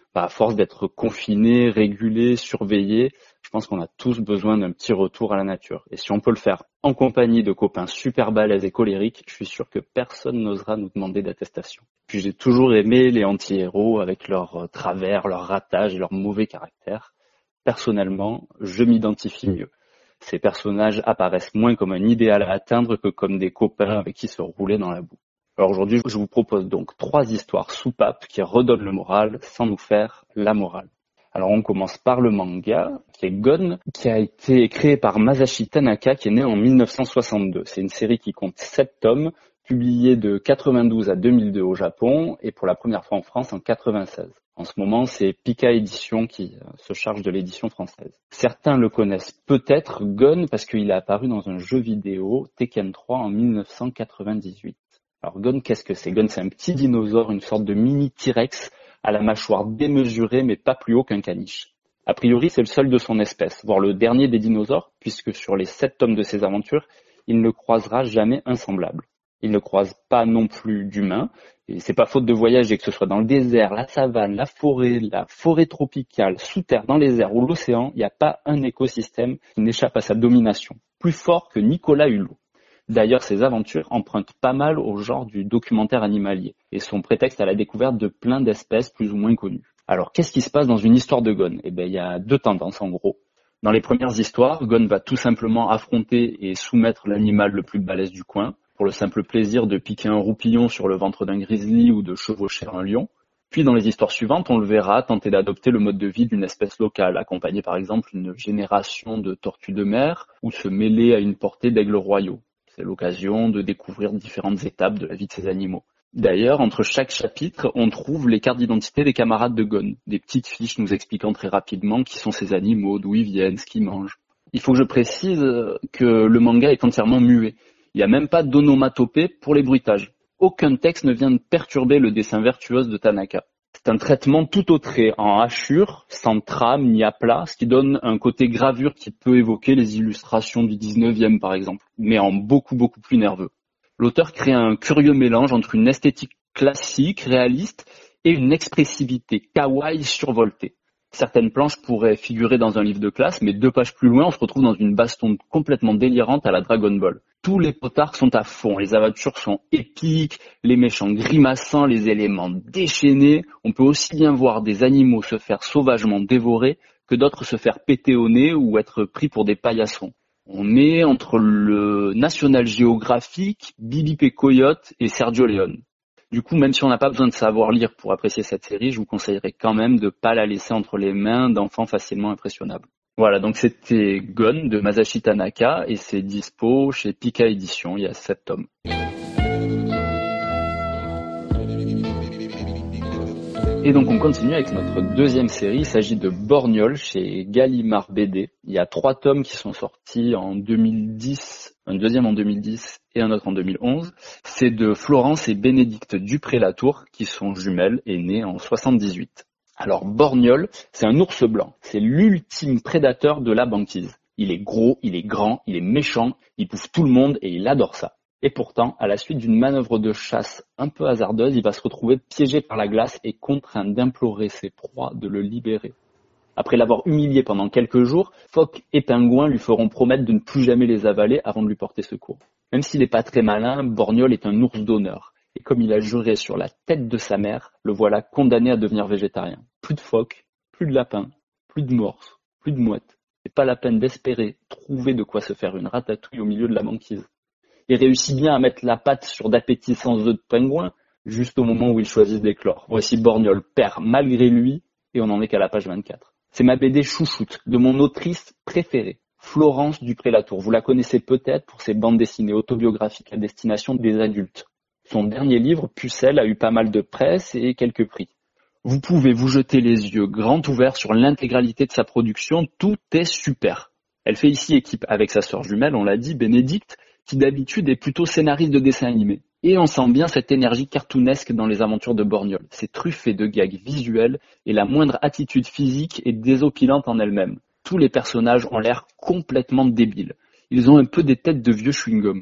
Bah, à force d'être confinés, régulés, surveillés, je pense qu'on a tous besoin d'un petit retour à la nature. Et si on peut le faire en compagnie de copains super balèzes et colériques, je suis sûr que personne n'osera nous demander d'attestation. Puis j'ai toujours aimé les anti-héros avec leurs travers, leurs ratages et leurs mauvais caractères. Personnellement, je m'identifie mieux. Ces personnages apparaissent moins comme un idéal à atteindre que comme des copains avec qui se rouler dans la boue. Alors aujourd'hui, je vous propose donc trois histoires soupapes qui redonnent le moral sans nous faire la morale. Alors on commence par le manga, qui est Gon, qui a été créé par Masashi Tanaka, qui est né en mille neuf cent soixante-deux. C'est une série qui compte sept tomes, publiée de quatre-vingt-douze à deux mille deux au Japon, et pour la première fois en France en quatre-vingt-seize. En ce moment, c'est Pika Édition qui se charge de l'édition française. Certains le connaissent peut-être, Gon, parce qu'il est apparu dans un jeu vidéo, Tekken trois, en mille neuf cent quatre-vingt-dix-huit. Alors Gon, qu'est-ce que c'est ? Gon, c'est un petit dinosaure, une sorte de mini T-Rex, à la mâchoire démesurée mais pas plus haut qu'un caniche. A priori, c'est le seul de son espèce, voire le dernier des dinosaures, puisque sur les sept tomes de ses aventures, il ne croisera jamais un semblable. Il ne croise pas non plus d'humains, et c'est pas faute de voyager, que ce soit dans le désert, la savane, la forêt, la forêt tropicale, sous terre, dans les airs ou l'océan, il n'y a pas un écosystème qui n'échappe à sa domination. Plus fort que Nicolas Hulot. D'ailleurs, ces aventures empruntent pas mal au genre du documentaire animalier et sont prétexte à la découverte de plein d'espèces plus ou moins connues. Alors, qu'est-ce qui se passe dans une histoire de Gon ? Eh bien, il y a deux tendances en gros. Dans les premières histoires, Gon va tout simplement affronter et soumettre l'animal le plus balèze du coin, pour le simple plaisir de piquer un roupillon sur le ventre d'un grizzly ou de chevaucher un lion. Puis dans les histoires suivantes, on le verra tenter d'adopter le mode de vie d'une espèce locale, accompagner par exemple une génération de tortues de mer ou se mêler à une portée d'aigles royaux. C'est l'occasion de découvrir différentes étapes de la vie de ces animaux. D'ailleurs, entre chaque chapitre, on trouve les cartes d'identité des camarades de Gon, des petites fiches nous expliquant très rapidement qui sont ces animaux, d'où ils viennent, ce qu'ils mangent. Il faut que je précise que le manga est entièrement muet. Il n'y a même pas d'onomatopée pour les bruitages. Aucun texte ne vient de perturber le dessin virtuose de Tanaka. C'est un traitement tout au trait, en hachure, sans trame ni aplat, ce qui donne un côté gravure qui peut évoquer les illustrations du dix-neuvième par exemple, mais en beaucoup beaucoup plus nerveux. L'auteur crée un curieux mélange entre une esthétique classique, réaliste, et une expressivité kawaii survoltée. Certaines planches pourraient figurer dans un livre de classe, mais deux pages plus loin, on se retrouve dans une baston complètement délirante à la Dragon Ball. Tous les potards sont à fond, les aventures sont épiques, les méchants grimaçants, les éléments déchaînés. On peut aussi bien voir des animaux se faire sauvagement dévorer que d'autres se faire péter au nez ou être pris pour des paillassons. On est entre le National Geographic, Bibi P. Coyote et Sergio Leone. Du coup, même si on n'a pas besoin de savoir lire pour apprécier cette série, je vous conseillerais quand même de ne pas la laisser entre les mains d'enfants facilement impressionnables. Voilà, donc c'était Gon de Masashi Tanaka et c'est dispo chez Pika Édition, il y a sept tomes. Et donc on continue avec notre deuxième série, il s'agit de Borgnole chez Gallimard B D. Il y a trois tomes qui sont sortis en deux mille dix, un deuxième en deux mille dix et un autre en deux mille onze. C'est de Florence et Bénédicte Dupré-Latour qui sont jumelles et nées en soixante-dix-huit. Alors Borgnole, c'est un ours blanc, c'est l'ultime prédateur de la banquise. Il est gros, il est grand, il est méchant, il bouffe tout le monde et il adore ça. Et pourtant, à la suite d'une manœuvre de chasse un peu hasardeuse, il va se retrouver piégé par la glace et contraint d'implorer ses proies de le libérer. Après l'avoir humilié pendant quelques jours, phoques et pingouins lui feront promettre de ne plus jamais les avaler avant de lui porter secours. Même s'il n'est pas très malin, Borgnole est un ours d'honneur. Et comme il a juré sur la tête de sa mère, le voilà condamné à devenir végétarien. Plus de phoques, plus de lapins, plus de morses, plus de mouettes. C'est pas la peine d'espérer trouver de quoi se faire une ratatouille au milieu de la banquise. Il réussit bien à mettre la patte sur d'appétissants œufs de pingouins, juste au moment où il choisit d'éclore. Voici Borgnole perd malgré lui, et on n'en est qu'à la page vingt-quatre. C'est ma B D chouchoute, de mon autrice préférée, Florence Dupré-Latour. Vous la connaissez peut-être pour ses bandes dessinées autobiographiques à destination des adultes. Son dernier livre, Pucelle, a eu pas mal de presse et quelques prix. Vous pouvez vous jeter les yeux grands ouverts sur l'intégralité de sa production, tout est super. Elle fait ici équipe avec sa sœur jumelle, on l'a dit, Bénédicte, qui d'habitude est plutôt scénariste de dessin animé. Et on sent bien cette énergie cartoonesque dans les aventures de Borgnole. C'est truffé de gags visuels et la moindre attitude physique est désopilante en elle-même. Tous les personnages ont l'air complètement débiles. Ils ont un peu des têtes de vieux chewing-gum.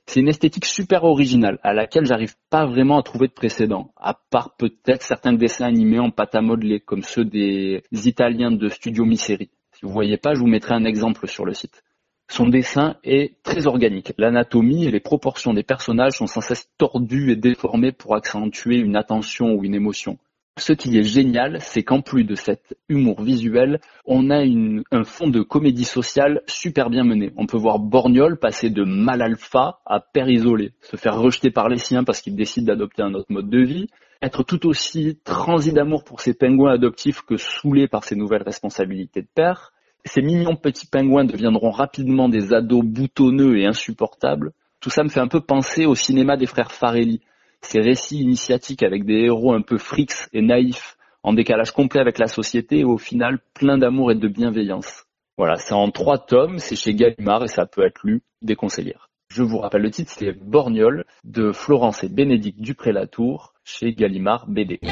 C'est une esthétique super originale, à laquelle j'arrive pas vraiment à trouver de précédent, à part peut-être certains dessins animés en pâte à modeler, comme ceux des Italiens de Studio Mi-Série. Si vous voyez pas, je vous mettrai un exemple sur le site. Son dessin est très organique. L'anatomie et les proportions des personnages sont sans cesse tordues et déformées pour accentuer une attention ou une émotion. Ce qui est génial, c'est qu'en plus de cet humour visuel, on a une, un fond de comédie sociale super bien mené. On peut voir Borgnole passer de mal alpha à père isolé, se faire rejeter par les siens parce qu'il décide d'adopter un autre mode de vie, être tout aussi transi d'amour pour ses pingouins adoptifs que saoulé par ses nouvelles responsabilités de père. Ces mignons petits pingouins deviendront rapidement des ados boutonneux et insupportables. Tout ça me fait un peu penser au cinéma des frères Farrelly. Ces récits initiatiques avec des héros un peu frics et naïfs, en décalage complet avec la société et au final plein d'amour et de bienveillance. Voilà, c'est en trois tomes, c'est chez Gallimard et ça peut être lu dès qu'on sait lire. Je vous rappelle le titre, c'est Borgnole de Florence et Bénédicte Dupré-Latour chez Gallimard B D.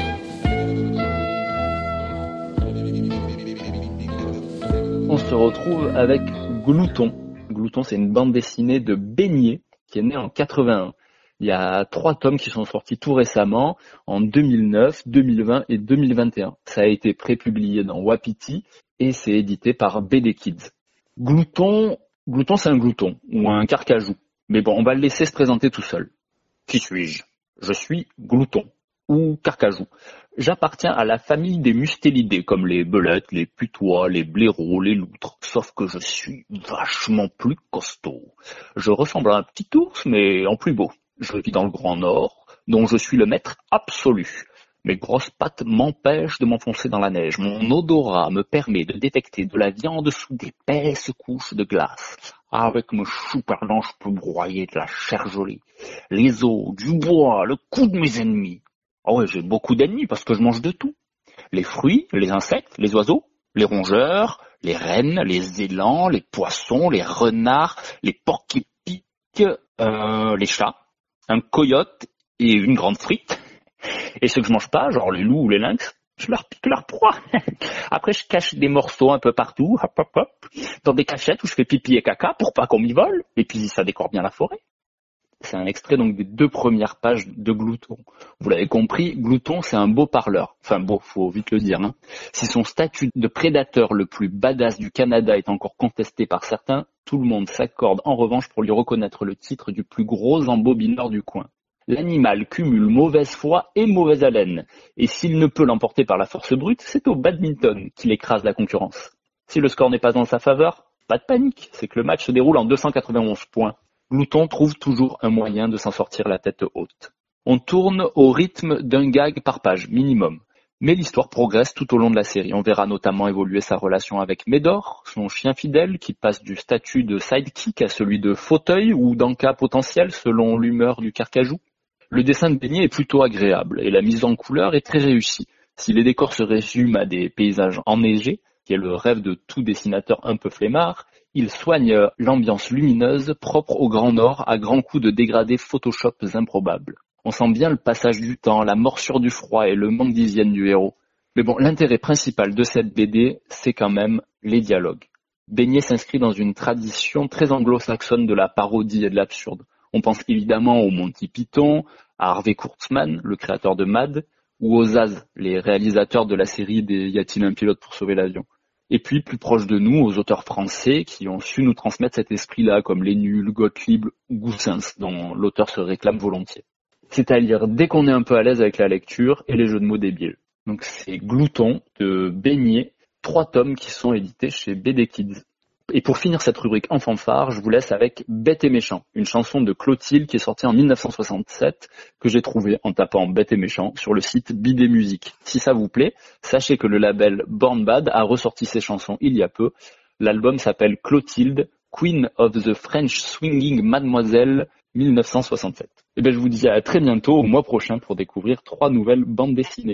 On se retrouve avec Glouton. Glouton, c'est une bande dessinée de Beignet qui est née en quatre-vingt-un. Il y a trois tomes qui sont sortis tout récemment, en deux mille neuf, deux mille vingt et deux mille vingt et un. Ça a été prépublié dans Wapiti et c'est édité par B D Kids. Glouton, Glouton c'est un glouton ou un carcajou. Mais bon, on va le laisser se présenter tout seul. Qui suis-je ? Je suis Glouton ou carcajou. J'appartiens à la famille des mustélidés, comme les belettes, les putois, les blaireaux, les loutres. Sauf que je suis vachement plus costaud. Je ressemble à un petit ours, mais en plus beau. Je vis dans le Grand Nord, dont je suis le maître absolu. Mes grosses pattes m'empêchent de m'enfoncer dans la neige. Mon odorat me permet de détecter de la viande sous d'épaisses couches de glace. Avec mes choux perdants, je peux broyer de la chair gelée, les os, du bois, le cou de mes ennemis. Ah ouais, j'ai beaucoup d'ennemis parce que je mange de tout. Les fruits, les insectes, les oiseaux, les rongeurs, les rennes, les élans, les poissons, les renards, les porcs qui piquent, euh, les chats, un coyote et une grande frite. Et ceux que je mange pas, genre les loups ou les lynx, je leur pique leur proie. Après, je cache des morceaux un peu partout, hop, hop, hop, dans des cachettes où je fais pipi et caca pour pas qu'on m'y vole. Et puis, ça décore bien la forêt. C'est un extrait donc des deux premières pages de Glouton. Vous l'avez compris, Glouton, c'est un beau parleur. Enfin beau, faut vite le dire. Hein. Si son statut de prédateur le plus badass du Canada est encore contesté par certains, tout le monde s'accorde en revanche pour lui reconnaître le titre du plus gros embobineur du coin. L'animal cumule mauvaise foi et mauvaise haleine. Et s'il ne peut l'emporter par la force brute, c'est au badminton qu'il écrase la concurrence. Si le score n'est pas en sa faveur, pas de panique, c'est que le match se déroule en deux cent quatre-vingt-onze points. Glouton trouve toujours un moyen de s'en sortir la tête haute. On tourne au rythme d'un gag par page, minimum. Mais l'histoire progresse tout au long de la série. On verra notamment évoluer sa relation avec Médor, son chien fidèle, qui passe du statut de sidekick à celui de fauteuil ou d'en-cas potentiel selon l'humeur du carcajou. Le dessin de Beignet est plutôt agréable et la mise en couleur est très réussie. Si les décors se résument à des paysages enneigés, qui est le rêve de tout dessinateur un peu flemmard, il soigne l'ambiance lumineuse propre au Grand Nord à grands coups de dégradés Photoshop improbables. On sent bien le passage du temps, la morsure du froid et le manque d'hygiène du héros. Mais bon, l'intérêt principal de cette B D, c'est quand même les dialogues. Beignet s'inscrit dans une tradition très anglo-saxonne de la parodie et de l'absurde. On pense évidemment aux Monty Python, à Harvey Kurtzman, le créateur de Mad, ou aux Zaz, les réalisateurs de la série des Y a-t-il un pilote pour sauver l'avion. Et puis, plus proche de nous, aux auteurs français qui ont su nous transmettre cet esprit-là, comme Les Nuls, Gottlieb ou Goussens, dont l'auteur se réclame volontiers. C'est à lire dès qu'on est un peu à l'aise avec la lecture et les jeux de mots débiles. Donc c'est Glouton de Beignet, trois tomes qui sont édités chez B D Kids. Et pour finir cette rubrique en fanfare, je vous laisse avec Bête et Méchant, une chanson de Clotilde qui est sortie en dix-neuf cent soixante-sept, que j'ai trouvée en tapant Bête et Méchant sur le site Bidet Musique. Si ça vous plaît, sachez que le label Born Bad a ressorti ses chansons il y a peu. L'album s'appelle Clotilde, Queen of the French Swinging Mademoiselle dix-neuf cent soixante-sept. Et bien je vous dis à très bientôt, au mois prochain, pour découvrir trois nouvelles bandes dessinées.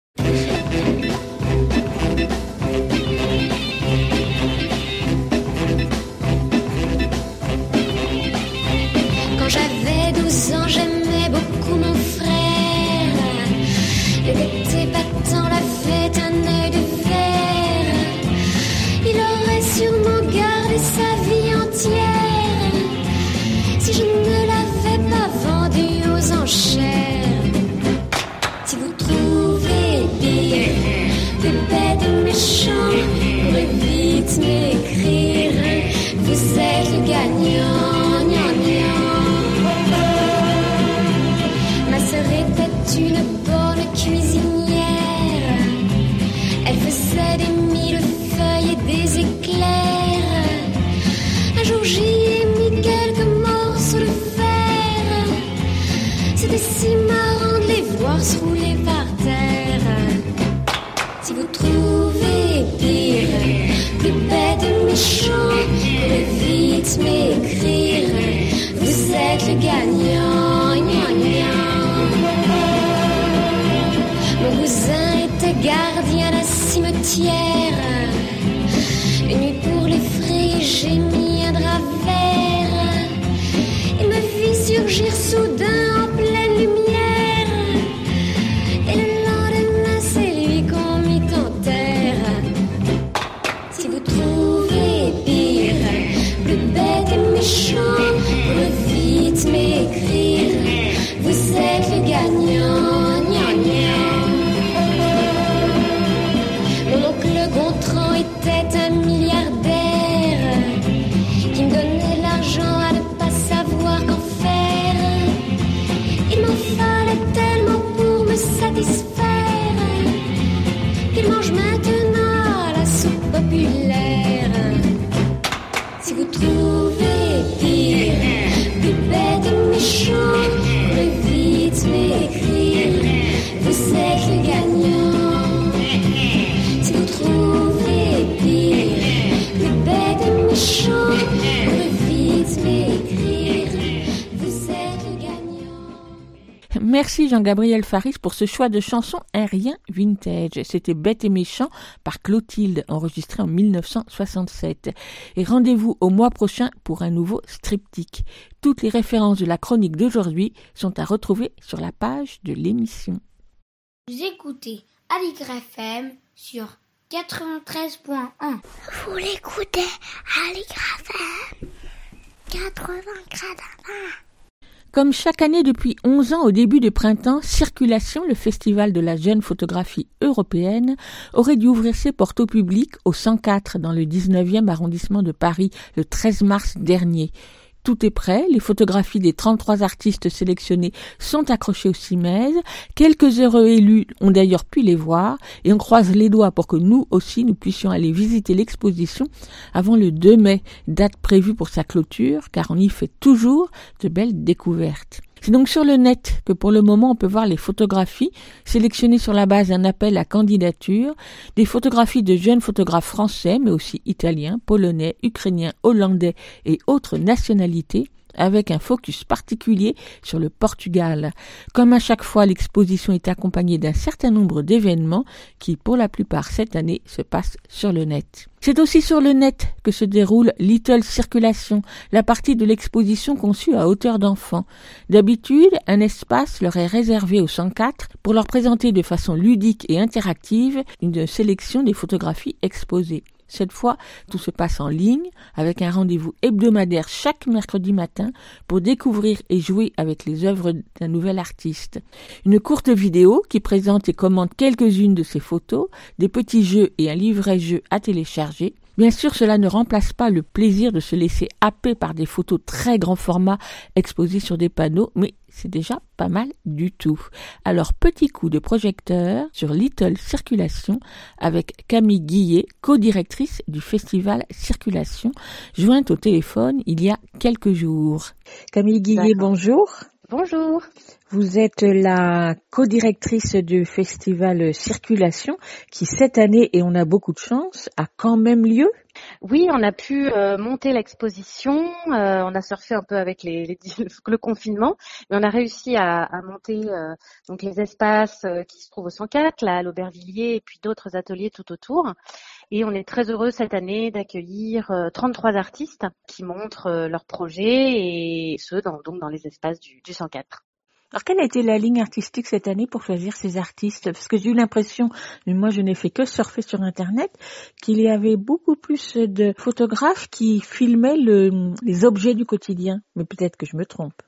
Quand j'avais douze ans, j'aimais beaucoup mon frère. Le l'été battant l'avait un œil de verre. Il aurait sûrement gardé sa vie entière si je ne l'avais le gagnant, gna, gna. Ma sœur était une bonne cuisinière. Elle faisait des millefeuilles et des éclairs. Un jour j'y ai mis quelques morceaux de fer. C'était si marrant de les voir se rouler par terre. Si vous trouvez pire, plus bête et méchant, pouvez vite m'écrire. Vous êtes le gagnant, gna, gna. Mon cousin était gardien d'un cimetière. Une nuit pour l'effrayer, j'ai mis un drap vert. Il me fit surgir soudain en pleine lumière. Et le lendemain, c'est lui qu'on mit en terre. Si vous trouvez pire, plus bête et méchant, pouvez vite m'écrire. Vous êtes le gagnant, gna, gna. Mon oncle Gontran était un milliardaire qui me donnait l'argent à ne pas savoir qu'en faire. Il m'en fallait tellement pour me satisfaire qu'il mange maintenant la soupe populaire. Si vous trouvez pire, plus bête et méchant, pouvez vite m'écrire. Vous êtes le gagnant. Si vous trouvez pire, plus bête et méchant, pouvez vite m'écrire. Vous êtes le gagnant. Merci Jean-Gabriel Faris pour ce choix de chanson Un rien vintage. C'était Bête et méchant par Clotilde, enregistré en dix-neuf cent soixante-sept. Et rendez-vous au mois prochain pour un nouveau Striptyque. Toutes les références de la chronique d'aujourd'hui sont à retrouver sur la page de l'émission. Vous écoutez Aligre F M sur quatre-vingt-treize point un. Vous l'écoutez Aligre F M quatre-vingts. Comme chaque année depuis onze ans au début du printemps, Circulation, le festival de la jeune photographie européenne, aurait dû ouvrir ses portes au public au cent quatre dans le dix-neuvième arrondissement de Paris le treize mars dernier. Tout est prêt, les photographies des trente-trois artistes sélectionnés sont accrochées au CIMES, quelques heureux élus ont d'ailleurs pu les voir, et on croise les doigts pour que nous aussi nous puissions aller visiter l'exposition avant le deux mai, date prévue pour sa clôture, car on y fait toujours de belles découvertes. C'est donc sur le net que pour le moment on peut voir les photographies sélectionnées sur la base d'un appel à candidature, des photographies de jeunes photographes français mais aussi italiens, polonais, ukrainiens, hollandais et autres nationalités, avec un focus particulier sur le Portugal. Comme à chaque fois, l'exposition est accompagnée d'un certain nombre d'événements qui, pour la plupart cette année, se passent sur le net. C'est aussi sur le net que se déroule Little Circulation, la partie de l'exposition conçue à hauteur d'enfant. D'habitude, un espace leur est réservé au cent quatre pour leur présenter de façon ludique et interactive une sélection des photographies exposées. Cette fois, tout se passe en ligne, avec un rendez-vous hebdomadaire chaque mercredi matin pour découvrir et jouer avec les œuvres d'un nouvel artiste. Une courte vidéo qui présente et commente quelques-unes de ses photos, des petits jeux et un livret-jeu à télécharger. Bien sûr, cela ne remplace pas le plaisir de se laisser happer par des photos très grand format exposées sur des panneaux, mais c'est déjà pas mal du tout. Alors, petit coup de projecteur sur Little Circulation avec Camille Guillet, co-directrice du festival Circulation, jointe au téléphone il y a quelques jours. Camille Guillet, D'accord. bonjour. Bonjour. Vous êtes la co-directrice du festival Circulation qui, cette année, et on a beaucoup de chance, a quand même lieu. Oui, on a pu euh, monter l'exposition, euh, on a surfé un peu avec les, les, le confinement, mais on a réussi à, à monter euh, donc les espaces euh, qui se trouvent au cent quatre, là à l'Aubervilliers et puis d'autres ateliers tout autour. Et on est très heureux cette année d'accueillir euh, trente-trois artistes qui montrent euh, leurs projets et ceux dans, donc dans les espaces du, du cent quatre. Alors, quelle a été la ligne artistique cette année pour choisir ces artistes? Parce que j'ai eu l'impression, mais moi je n'ai fait que surfer sur Internet, qu'il y avait beaucoup plus de photographes qui filmaient le, les objets du quotidien. Mais peut-être que je me trompe.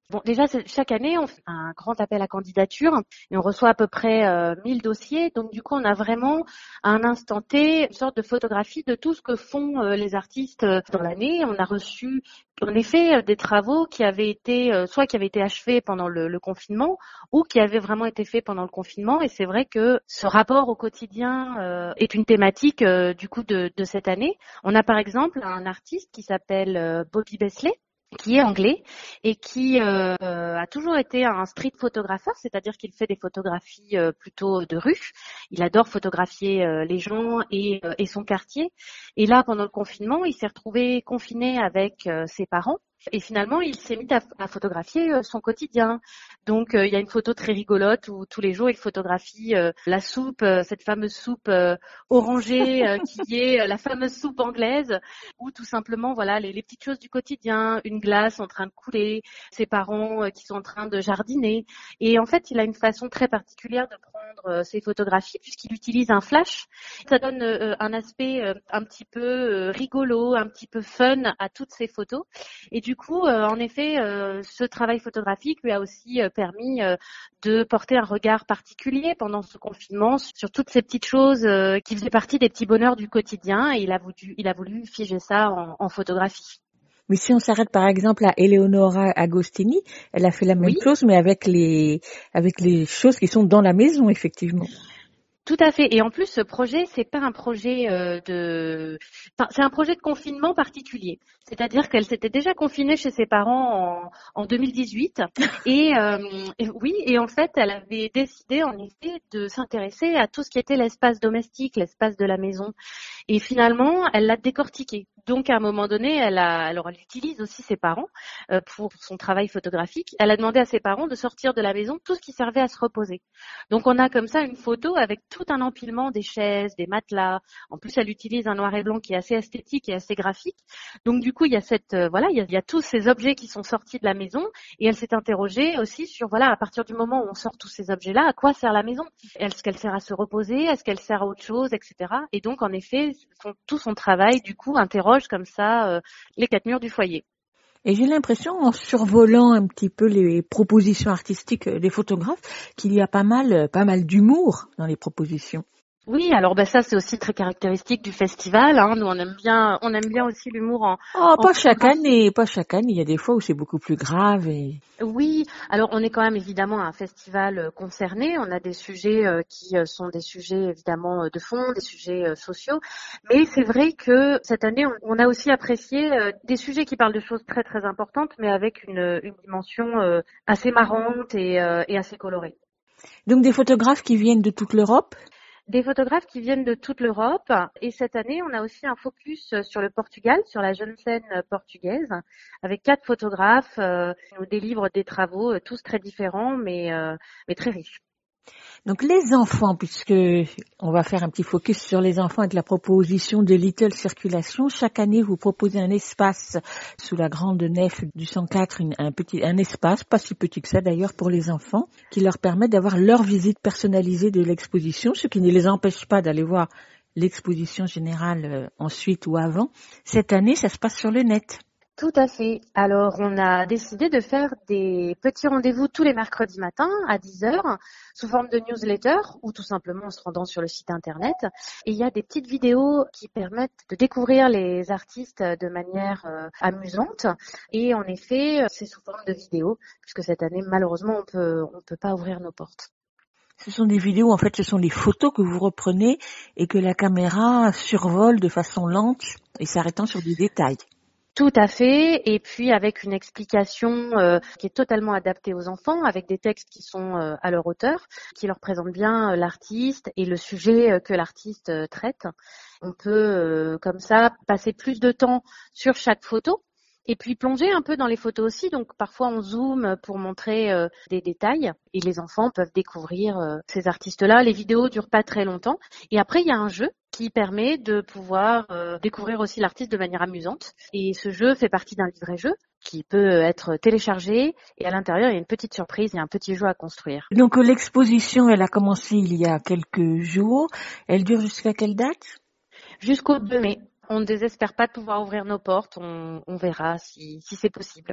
Bon, déjà, chaque année, on fait un grand appel à candidature et on reçoit à peu près euh, mille dossiers. Donc, du coup, on a vraiment, à un instant T, une sorte de photographie de tout ce que font euh, les artistes euh, dans l'année. On a reçu, en effet, euh, des travaux qui avaient été, euh, soit qui avaient été achevés pendant le, le confinement ou qui avaient vraiment été faits pendant le confinement. Et c'est vrai que ce rapport au quotidien euh, est une thématique, euh, du coup, de, de cette année. On a, par exemple, un artiste qui s'appelle euh, Bobby Besley, qui est anglais et qui euh, a toujours été un street photographeur, c'est-à-dire qu'il fait des photographies euh, plutôt de rue. Il adore photographier euh, les gens et, euh, et son quartier. Et là, pendant le confinement, il s'est retrouvé confiné avec euh, ses parents. Et finalement, il s'est mis à, à photographier euh, son quotidien. Donc, euh, il y a une photo très rigolote où tous les jours, il photographie euh, la soupe, euh, cette fameuse soupe euh, orangée euh, qui est euh, la fameuse soupe anglaise, ou tout simplement, voilà, les, les petites choses du quotidien, une glace en train de couler, ses parents euh, qui sont en train de jardiner. Et en fait, il a une façon très particulière de prendre euh, ses photographies puisqu'il utilise un flash. Ça donne euh, un aspect euh, un petit peu euh, rigolo, un petit peu fun à toutes ces photos. Et du coup, euh, en effet, euh, ce travail photographique lui a aussi euh, permis euh, de porter un regard particulier pendant ce confinement sur toutes ces petites choses euh, qui faisaient partie des petits bonheurs du quotidien. Et il a voulu, il a voulu figer ça en, en photographie. Mais si on s'arrête par exemple à Eleonora Agostini, elle a fait la même oui. chose, mais avec les avec les choses qui sont dans la maison, effectivement. Tout à fait. Et en plus, ce projet, c'est pas un projet euh, de, enfin, c'est un projet de confinement particulier. C'est-à-dire qu'elle s'était déjà confinée chez ses parents en, en deux mille dix-huit. Et, euh, et oui, et en fait, elle avait décidé en effet de s'intéresser à tout ce qui était l'espace domestique, l'espace de la maison. Et finalement, elle l'a décortiqué. Donc, à un moment donné, elle a, alors elle utilise aussi ses parents euh, pour son travail photographique. Elle a demandé à ses parents de sortir de la maison tout ce qui servait à se reposer. Donc, on a comme ça une photo avec tout un empilement des chaises, des matelas. En plus, elle utilise un noir et blanc qui est assez esthétique et assez graphique. Donc, du coup, il y a cette, euh, voilà, il y a, il y a tous ces objets qui sont sortis de la maison. Et elle s'est interrogée aussi sur, voilà, à partir du moment où on sort tous ces objets-là, à quoi sert la maison? Est-ce qu'elle sert à se reposer? Est-ce qu'elle sert à autre chose, et cetera. Et donc, en effet, son, tout son travail, du coup, interroge comme ça euh, les quatre murs du foyer. Et j'ai l'impression, en survolant un petit peu les propositions artistiques des photographes, qu'il y a pas mal, pas mal d'humour dans les propositions. Oui, alors bah ça c'est aussi très caractéristique du festival. Hein. Nous on aime bien, on aime bien aussi l'humour en. Oh, en pas chaque année, pas chaque année. Il y a des fois où c'est beaucoup plus grave. Et... Oui, alors on est quand même évidemment un festival concerné. On a des sujets qui sont des sujets évidemment de fond, des sujets sociaux. Mais c'est vrai que cette année on a aussi apprécié des sujets qui parlent de choses très très importantes, mais avec une, une dimension assez marrante et, et assez colorée. Donc des photographes qui viennent de toute l'Europe? Des photographes qui viennent de toute l'Europe. Et cette année, on a aussi un focus sur le Portugal, sur la jeune scène portugaise, avec quatre photographes euh, qui nous délivrent des travaux, euh, tous très différents, mais, euh, mais très riches. Donc les enfants, puisque on va faire un petit focus sur les enfants avec la proposition de Little Circulation. Chaque année, vous proposez un espace sous la grande nef du cent quatre, une, un petit, un espace, pas si petit que ça d'ailleurs, pour les enfants, qui leur permet d'avoir leur visite personnalisée de l'exposition, ce qui ne les empêche pas d'aller voir l'exposition générale euh, ensuite ou avant. Cette année, ça se passe sur le net. Tout à fait. Alors, on a décidé de faire des petits rendez-vous tous les mercredis matins à dix heures sous forme de newsletter ou tout simplement en se rendant sur le site internet. Et il y a des petites vidéos qui permettent de découvrir les artistes de manière euh, amusante. Et en effet, c'est sous forme de vidéos puisque cette année, malheureusement, on peut, on peut pas ouvrir nos portes. Ce sont des vidéos, en fait, ce sont des photos que vous reprenez et que la caméra survole de façon lente et s'arrêtant sur des détails. Tout à fait, et puis avec une explication euh, qui est totalement adaptée aux enfants, avec des textes qui sont euh, à leur hauteur, qui leur présentent bien euh, l'artiste et le sujet euh, que l'artiste euh, traite. On peut euh, comme ça passer plus de temps sur chaque photo. Et puis plonger un peu dans les photos aussi, donc parfois on zoome pour montrer euh, des détails et les enfants peuvent découvrir euh, ces artistes-là. Les vidéos durent pas très longtemps et après il y a un jeu qui permet de pouvoir euh, découvrir aussi l'artiste de manière amusante. Et ce jeu fait partie d'un livret-jeu qui peut être téléchargé et à l'intérieur il y a une petite surprise, il y a un petit jeu à construire. Donc l'exposition elle a commencé il y a quelques jours, elle dure jusqu'à quelle date? Jusqu'au deux mai. On ne désespère pas de pouvoir ouvrir nos portes, on, on verra si, si c'est possible.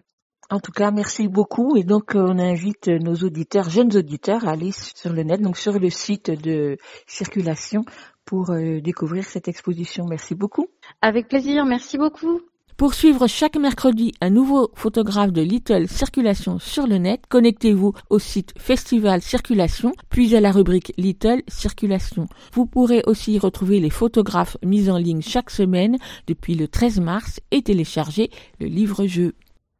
En tout cas, merci beaucoup. Et donc, on invite nos auditeurs, jeunes auditeurs, à aller sur le net, donc sur le site de Circulation, pour euh, découvrir cette exposition. Merci beaucoup. Avec plaisir, merci beaucoup. Pour suivre chaque mercredi un nouveau photographe de Little Circulation sur le net, connectez-vous au site Festival Circulation, puis à la rubrique Little Circulation. Vous pourrez aussi retrouver les photographes mis en ligne chaque semaine depuis le treize mars et télécharger le livre-jeu.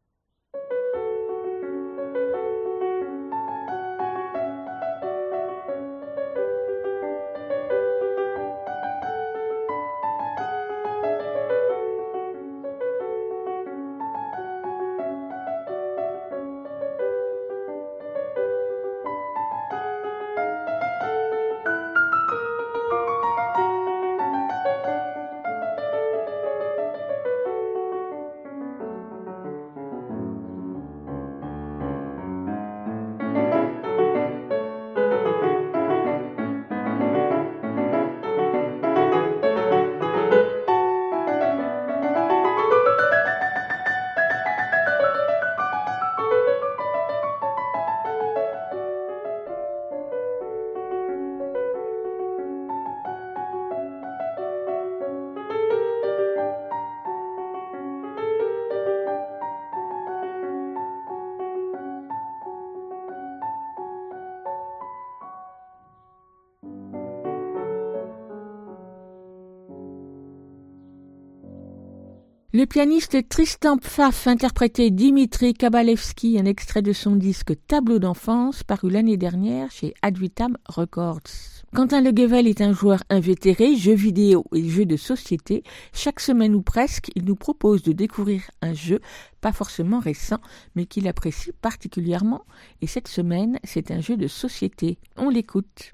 Le pianiste Tristan Pfaff interprétait Dimitri Kabalevski, un extrait de son disque Tableau d'enfance, paru l'année dernière chez Advitam Records. Quentin Leguevel est un joueur invétéré, jeux vidéo et jeux de société. Chaque semaine ou presque, il nous propose de découvrir un jeu, pas forcément récent, mais qu'il apprécie particulièrement. Et cette semaine, c'est un jeu de société. On l'écoute.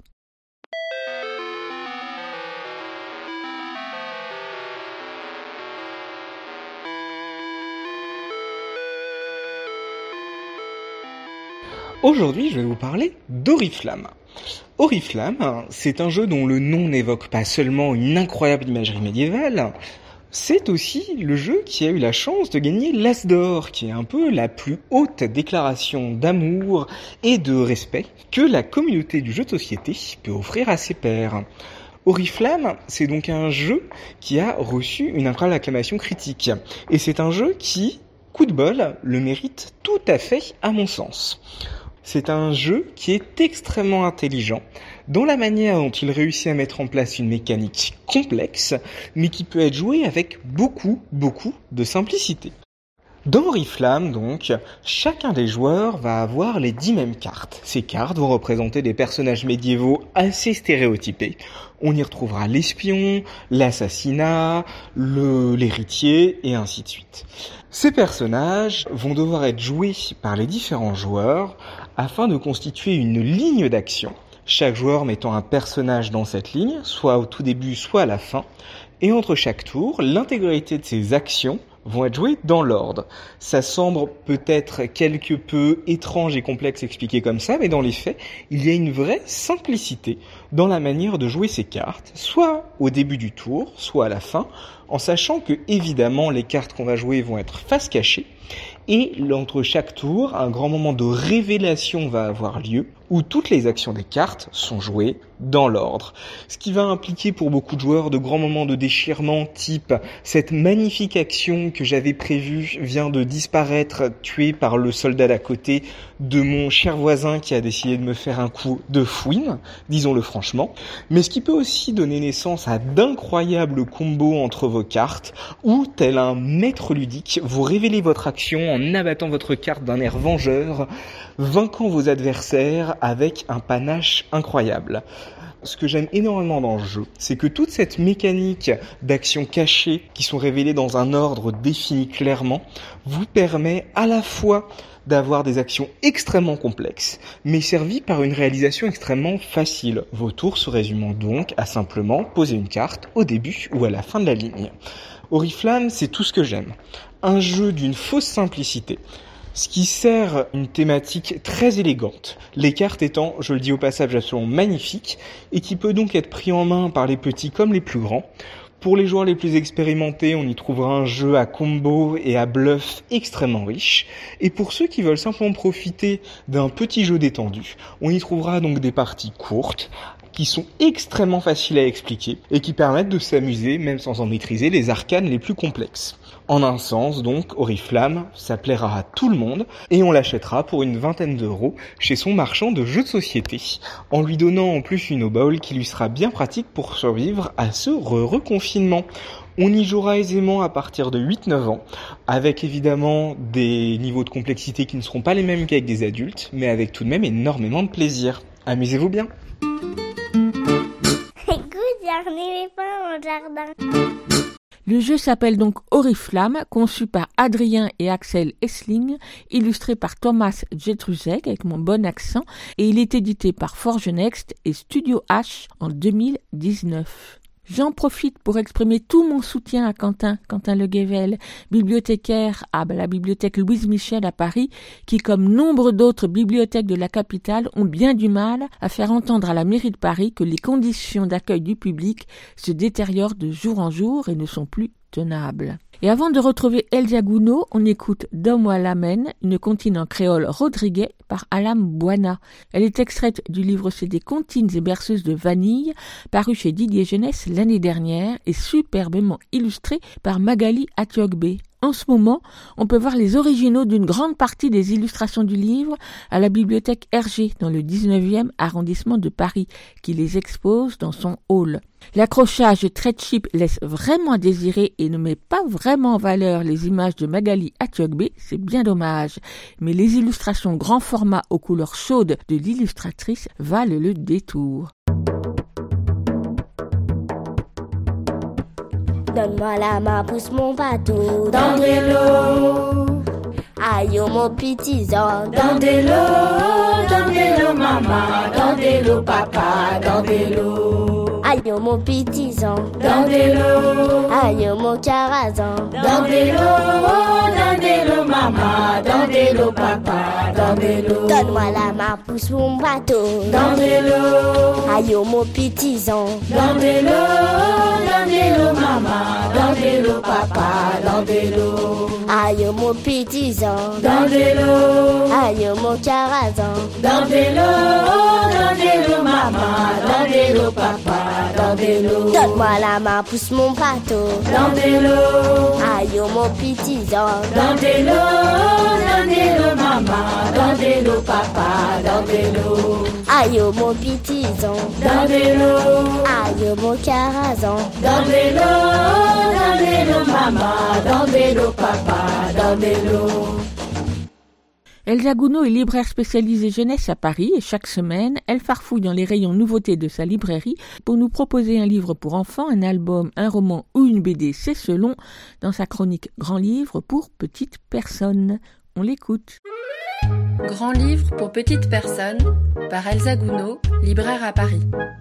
Aujourd'hui, je vais vous parler d'Oriflamme. Oriflamme, c'est un jeu dont le nom n'évoque pas seulement une incroyable imagerie médiévale, c'est aussi le jeu qui a eu la chance de gagner l'As d'or, qui est un peu la plus haute déclaration d'amour et de respect que la communauté du jeu de société peut offrir à ses pairs. Oriflamme, c'est donc un jeu qui a reçu une incroyable acclamation critique. Et c'est un jeu qui, coup de bol, le mérite tout à fait à mon sens. C'est un jeu qui est extrêmement intelligent dans la manière dont il réussit à mettre en place une mécanique complexe, mais qui peut être joué avec beaucoup, beaucoup de simplicité. Dans Oriflamme, donc, chacun des joueurs va avoir les dix mêmes cartes. Ces cartes vont représenter des personnages médiévaux assez stéréotypés. On y retrouvera l'espion, l'assassinat, le, l'héritier, et ainsi de suite. Ces personnages vont devoir être joués par les différents joueurs afin de constituer une ligne d'action. Chaque joueur mettant un personnage dans cette ligne, soit au tout début, soit à la fin. Et entre chaque tour, l'intégralité de ces actions vont être jouées dans l'ordre. Ça semble peut-être quelque peu étrange et complexe expliqué comme ça, mais dans les faits, il y a une vraie simplicité dans la manière de jouer ces cartes, soit au début du tour, soit à la fin, en sachant que évidemment les cartes qu'on va jouer vont être face cachée, et entre chaque tour, un grand moment de révélation va avoir lieu, où toutes les actions des cartes sont jouées dans l'ordre. Ce qui va impliquer pour beaucoup de joueurs de grands moments de déchirement, type cette magnifique action que j'avais prévue vient de disparaître, tuée par le soldat d'à côté de mon cher voisin qui a décidé de me faire un coup de fouine, disons-le franchement. Mais ce qui peut aussi donner naissance à d'incroyables combos entre vos cartes, où, tel un maître ludique, vous révélez votre action en abattant votre carte d'un air vengeur, vainquant vos adversaires avec un panache incroyable. Ce que j'aime énormément dans le jeu, c'est que toute cette mécanique d'actions cachées qui sont révélées dans un ordre défini clairement vous permet à la fois d'avoir des actions extrêmement complexes, mais servies par une réalisation extrêmement facile. Vos tours se résument donc à simplement poser une carte au début ou à la fin de la ligne. Oriflamme, c'est tout ce que j'aime. Un jeu d'une fausse simplicité, ce qui sert une thématique très élégante, les cartes étant, je le dis au passage, absolument magnifiques, et qui peut donc être pris en main par les petits comme les plus grands, Pour les joueurs les plus expérimentés, on y trouvera un jeu à combo et à bluff extrêmement riche. Et pour ceux qui veulent simplement profiter d'un petit jeu détendu, on y trouvera donc des parties courtes, qui sont extrêmement faciles à expliquer et qui permettent de s'amuser même sans en maîtriser les arcanes les plus complexes. En un sens donc, Oriflamme, ça plaira à tout le monde et on l'achètera pour une vingtaine d'euros chez son marchand de jeux de société, en lui donnant en plus une obole qui lui sera bien pratique pour survivre à ce re-reconfinement. On y jouera aisément à partir de huit neuf ans, avec évidemment des niveaux de complexité qui ne seront pas les mêmes qu'avec des adultes, mais avec tout de même énormément de plaisir. Amusez-vous bien! Au jardin. Le jeu s'appelle donc Oriflamme, conçu par Adrien et Axel Essling, illustré par Thomas Jetruzek avec mon bon accent, et il est édité par Forge Next et Studio H en deux mille dix-neuf. J'en profite pour exprimer tout mon soutien à Quentin, Quentin Le Guével, bibliothécaire à la bibliothèque Louise Michel à Paris, qui, comme nombre d'autres bibliothèques de la capitale, ont bien du mal à faire entendre à la mairie de Paris que les conditions d'accueil du public se détériorent de jour en jour et ne sont plus tenables. Et avant de retrouver Elsa Gounod, on écoute Donne-moi l'amen, une comptine en créole Rodriguez par Alam Boina. Elle est extraite du livre C D Comptines et berceuses de vanille, paru chez Didier Jeunesse l'année dernière et superbement illustrée par Magali Atiogbe. En ce moment, on peut voir les originaux d'une grande partie des illustrations du livre à la bibliothèque Hergé dans le dix-neuvième arrondissement de Paris, qui les expose dans son hall. L'accrochage très cheap laisse vraiment à désirer et ne met pas vraiment en valeur les images de Magali Atiogbe, c'est bien dommage. Mais les illustrations grand format aux couleurs chaudes de l'illustratrice valent le détour. Donne-moi la main, pousse mon bateau dans de l'eau. Aïe, oh, mon petit zan, dans de l'eau, dans de l'eau, maman, dans de l'eau, papa, dans de l'eau. Aïe, oh, mon petit zan, dans de l'eau. Aïe, oh, mon carazan, dans de l'eau, dans de l'eau, maman, dans de l'eau, papa, dans de l'eau. Donne-moi la main, pousse mon bateau dans de l'eau. Aïe, oh, mon petit zan, dans de l'eau, dans de l'eau, maman, dans de l'eau, papa, dans de l'eau. Aïe, oh, mon petit zan, dans de l'eau. Aïe, oh, mon carazan, dans de l'eau, dans de l'eau, maman, dans de l'eau, papa, dans de l'eau. Donne-moi la main, pousse mon bateau dans de l'eau. Aïe, oh, mon petit zan, dans de l'eau, dans de l'eau, maman, dans de l'eau, papa, dans de l'eau. Aïe, oh, mon petit zan, dans de l'eau. Aïe, oh, mon carazan, dans de l'eau, dans de l'eau, maman, dans de l'eau, papa, dans de l'eau. Elsa Gounod est libraire spécialisée jeunesse à Paris et chaque semaine, elle farfouille dans les rayons nouveautés de sa librairie pour nous proposer un livre pour enfants, un album, un roman ou une B D, c'est selon, dans sa chronique Grand livre pour petites personnes. On l'écoute. Grand livre pour petites personnes par Elsa Gounod, libraire à Paris.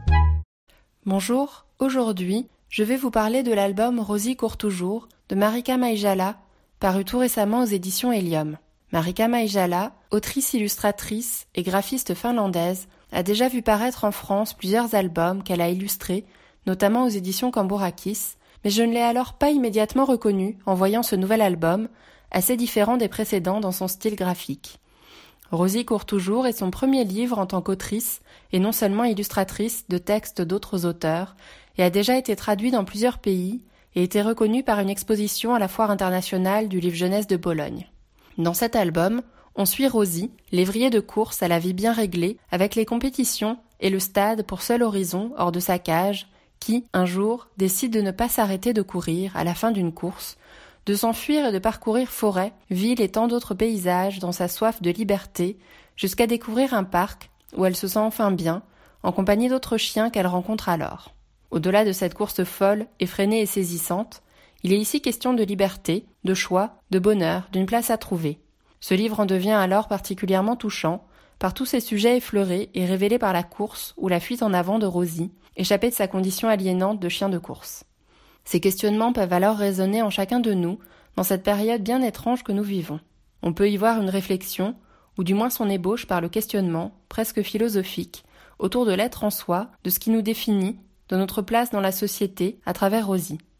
Bonjour, aujourd'hui, je vais vous parler de l'album Rosie court toujours de Marika Maijala, paru tout récemment aux éditions Helium. Marika Maijala, autrice-illustratrice et graphiste finlandaise, a déjà vu paraître en France plusieurs albums qu'elle a illustrés, notamment aux éditions Cambourakis, mais je ne l'ai alors pas immédiatement reconnue en voyant ce nouvel album, assez différent des précédents dans son style graphique. Rosie court toujours est son premier livre en tant qu'autrice et non seulement illustratrice de textes d'autres auteurs, et a déjà été traduit dans plusieurs pays et été reconnu par une exposition à la Foire internationale du livre jeunesse de Bologne. Dans cet album, on suit Rosie, lévrier de course à la vie bien réglée, avec les compétitions et le stade pour seul horizon hors de sa cage, qui, un jour, décide de ne pas s'arrêter de courir à la fin d'une course, de s'enfuir et de parcourir forêts, villes et tant d'autres paysages dans sa soif de liberté, jusqu'à découvrir un parc où elle se sent enfin bien, en compagnie d'autres chiens qu'elle rencontre alors. Au-delà de cette course folle, effrénée et saisissante, il est ici question de liberté, de choix, de bonheur, d'une place à trouver. Ce livre en devient alors particulièrement touchant, par tous ces sujets effleurés et révélés par la course ou la fuite en avant de Rosie, échappée de sa condition aliénante de chien de course. Ces questionnements peuvent alors résonner en chacun de nous, dans cette période bien étrange que nous vivons. On peut y voir une réflexion, ou du moins son ébauche par le questionnement, presque philosophique, autour de l'être en soi, de ce qui nous définit, de notre place dans la société, à travers Rosie.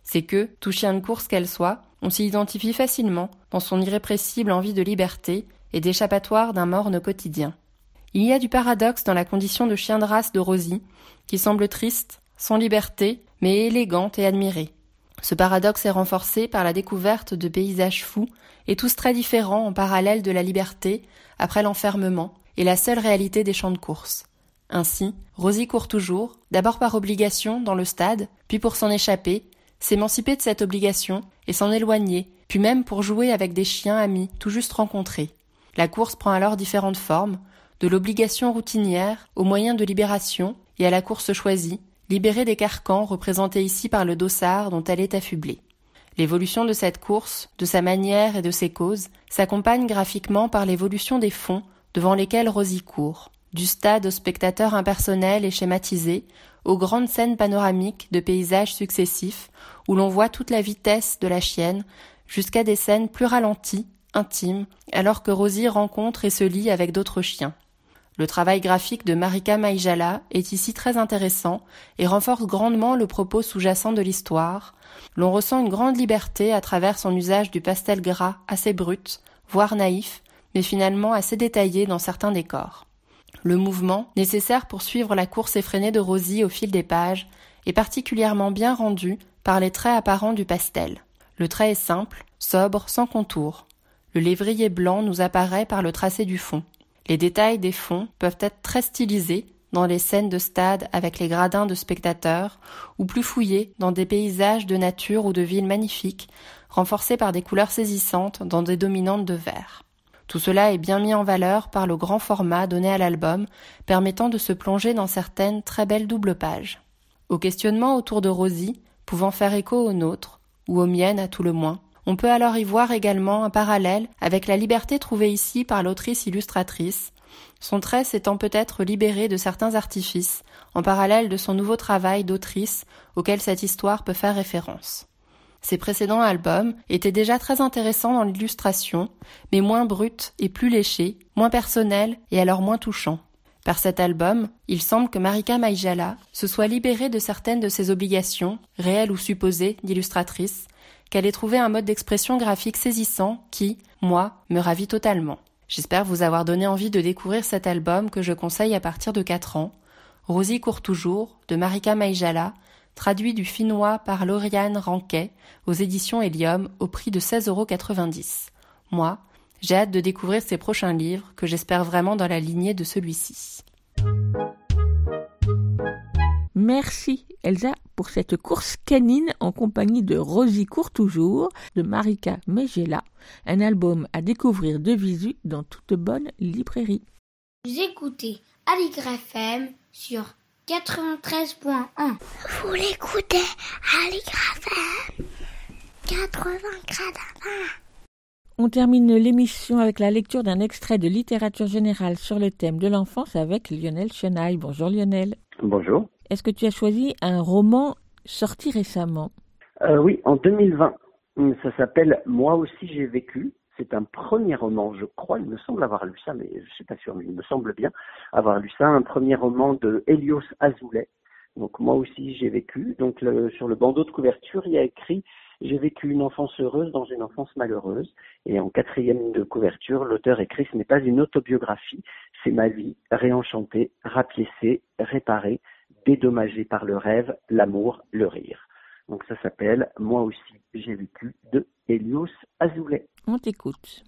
C'est que, tout chien de course qu'elle soit, on s'y identifie facilement dans son irrépressible envie de liberté et d'échappatoire d'un morne quotidien. Il y a du paradoxe dans la condition de chien de race de Rosie, qui semble triste, sans liberté, mais élégante et admirée. Ce paradoxe est renforcé par la découverte de paysages fous et tous très différents en parallèle de la liberté, après l'enfermement, et la seule réalité des champs de course. Ainsi, Rosie court toujours, d'abord par obligation dans le stade, puis pour s'en échapper, s'émanciper de cette obligation et s'en éloigner, puis même pour jouer avec des chiens amis tout juste rencontrés. La course prend alors différentes formes, de l'obligation routinière au moyen de libération et à la course choisie, libérée des carcans représentés ici par le dossard dont elle est affublée. L'évolution de cette course, de sa manière et de ses causes, s'accompagne graphiquement par l'évolution des fonds devant lesquels Rosie court, du stade au spectateur impersonnel et schématisé, aux grandes scènes panoramiques de paysages successifs où l'on voit toute la vitesse de la chienne, jusqu'à des scènes plus ralenties, intimes, alors que Rosie rencontre et se lie avec d'autres chiens. Le travail graphique de Marika Maïjala est ici très intéressant et renforce grandement le propos sous-jacent de l'histoire. L'on ressent une grande liberté à travers son usage du pastel gras assez brut, voire naïf, mais finalement assez détaillé dans certains décors. Le mouvement, nécessaire pour suivre la course effrénée de Rosie au fil des pages, est particulièrement bien rendu par les traits apparents du pastel. Le trait est simple, sobre, sans contour. Le lévrier blanc nous apparaît par le tracé du fond. Les détails des fonds peuvent être très stylisés dans les scènes de stade avec les gradins de spectateurs ou plus fouillés dans des paysages de nature ou de villes magnifiques, renforcés par des couleurs saisissantes dans des dominantes de vert. Tout cela est bien mis en valeur par le grand format donné à l'album, permettant de se plonger dans certaines très belles doubles pages. Au questionnement autour de Rosie, pouvant faire écho aux nôtres, ou aux miennes à tout le moins, on peut alors y voir également un parallèle avec la liberté trouvée ici par l'autrice illustratrice, son trait s'étant peut-être libéré de certains artifices, en parallèle de son nouveau travail d'autrice auquel cette histoire peut faire référence. Ses précédents albums étaient déjà très intéressants dans l'illustration, mais moins bruts et plus léchés, moins personnels et alors moins touchants. Par cet album, il semble que Marika Maïjala se soit libérée de certaines de ses obligations, réelles ou supposées, d'illustratrice, qu'elle ait trouvé un mode d'expression graphique saisissant qui, moi, me ravit totalement. J'espère vous avoir donné envie de découvrir cet album que je conseille à partir de quatre ans, Rosie court toujours, de Marika Maïjala, traduit du finnois par Lauriane Ranquet aux éditions Helium au prix de seize euros quatre-vingt-dix. Moi, j'ai hâte de découvrir ses prochains livres que j'espère vraiment dans la lignée de celui-ci. Merci Elsa pour cette course canine en compagnie de Rosie court toujours de Marika Maïjala, un album à découvrir de visu dans toute bonne librairie. Vous écoutez Aligre F M sur quatre-vingt-treize point un. Vous l'écoutez Aligre F M quatre-vingts. On termine l'émission avec la lecture d'un extrait de littérature générale sur le thème de l'enfance avec Lionel Chenaille. Bonjour Lionel. Bonjour. Est-ce que tu as choisi un roman sorti récemment ? euh, Oui, en deux mille vingt. Ça s'appelle « Moi aussi j'ai vécu ». C'est un premier roman, je crois, il me semble avoir lu ça, mais je ne suis pas sûr, mais il me semble bien avoir lu ça. Un premier roman de Hélios Azoulay. Donc moi aussi j'ai vécu. Donc le, sur le bandeau de couverture, il y a écrit « J'ai vécu une enfance heureuse dans une enfance malheureuse ». Et en quatrième de couverture, l'auteur écrit « Ce n'est pas une autobiographie, c'est ma vie réenchantée, rapiécée, réparée, dédommagée par le rêve, l'amour, le rire ». Donc ça s'appelle « Moi aussi j'ai vécu » de Hélios Azoulay. On t'écoute.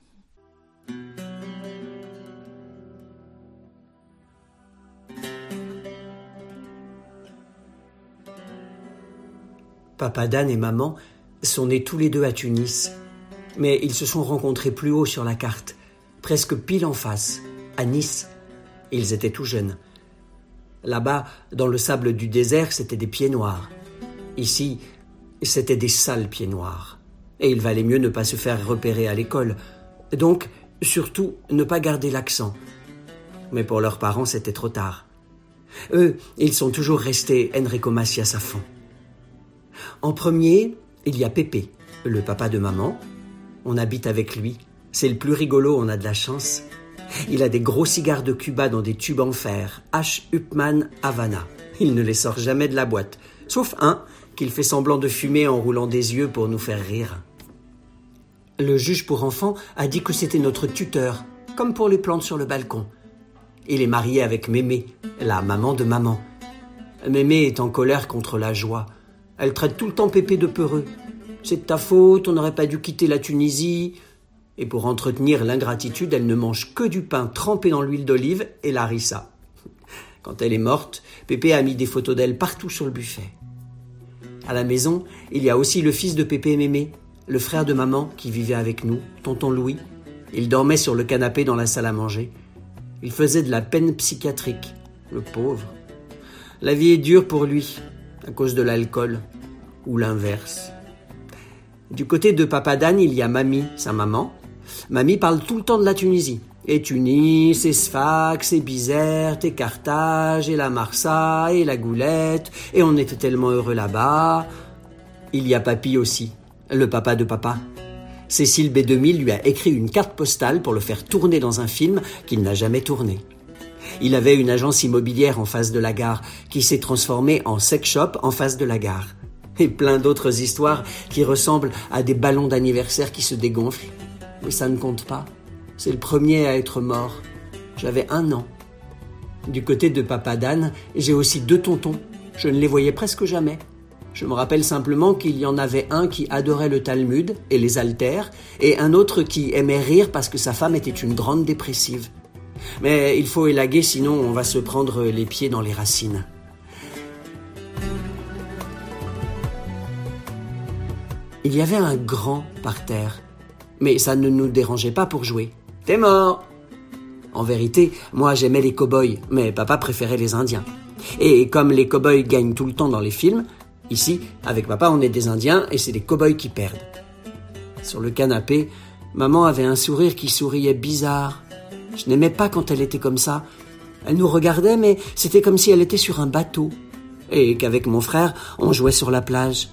Papa Dan et maman sont nés tous les deux à Tunis, mais ils se sont rencontrés plus haut sur la carte, presque pile en face, à Nice. Ils étaient tout jeunes. Là-bas, dans le sable du désert, c'était des pieds noirs. Ici, c'était des sales pieds noirs. Et il valait mieux ne pas se faire repérer à l'école. Donc, surtout, ne pas garder l'accent. Mais pour leurs parents, c'était trop tard. Eux, ils sont toujours restés Enrico Macias à fond. En premier, il y a Pépé, le papa de maman. On habite avec lui. C'est le plus rigolo, on a de la chance. Il a des gros cigares de Cuba dans des tubes en fer, H. Upmann Havana. Il ne les sort jamais de la boîte. Sauf un qu'il fait semblant de fumer en roulant des yeux pour nous faire rire. Le juge pour enfants a dit que c'était notre tuteur, comme pour les plantes sur le balcon. Il est marié avec Mémé, la maman de maman. Mémé est en colère contre la joie. Elle traite tout le temps Pépé de peureux. C'est de ta faute, on n'aurait pas dû quitter la Tunisie. Et pour entretenir l'ingratitude, elle ne mange que du pain trempé dans l'huile d'olive et la harissa. Quand elle est morte, Pépé a mis des photos d'elle partout sur le buffet. À la maison, il y a aussi le fils de Pépé et Mémé, le frère de maman qui vivait avec nous, tonton Louis. Il dormait sur le canapé dans la salle à manger. Il faisait de la peine psychiatrique, le pauvre. La vie est dure pour lui, à cause de l'alcool, ou l'inverse. Du côté de Papa Dan, il y a Mamie, sa maman. Mamie parle tout le temps de la Tunisie. Et Tunis, et Sfax, et Bizerte, et Carthage, et la Marsa, et la Goulette, et on était tellement heureux là-bas. Il y a Papy aussi, le papa de papa. Cécile B deux mille lui a écrit une carte postale pour le faire tourner dans un film qu'il n'a jamais tourné. Il avait une agence immobilière en face de la gare, qui s'est transformée en sex shop en face de la gare. Et plein d'autres histoires qui ressemblent à des ballons d'anniversaire qui se dégonflent. Mais ça ne compte pas. C'est le premier à être mort. J'avais un an. Du côté de Papa Dan, j'ai aussi deux tontons. Je ne les voyais presque jamais. Je me rappelle simplement qu'il y en avait un qui adorait le Talmud et les haltères, et un autre qui aimait rire parce que sa femme était une grande dépressive. Mais il faut élaguer, sinon on va se prendre les pieds dans les racines. Il y avait un grand parterre, mais ça ne nous dérangeait pas pour jouer. « T'es mort !» En vérité, moi j'aimais les cow-boys, mais papa préférait les Indiens. Et comme les cow-boys gagnent tout le temps dans les films, ici, avec papa, on est des Indiens et c'est les cow-boys qui perdent. Sur le canapé, maman avait un sourire qui souriait bizarre. Je n'aimais pas quand elle était comme ça. Elle nous regardait, mais c'était comme si elle était sur un bateau. Et qu'avec mon frère, on jouait sur la plage.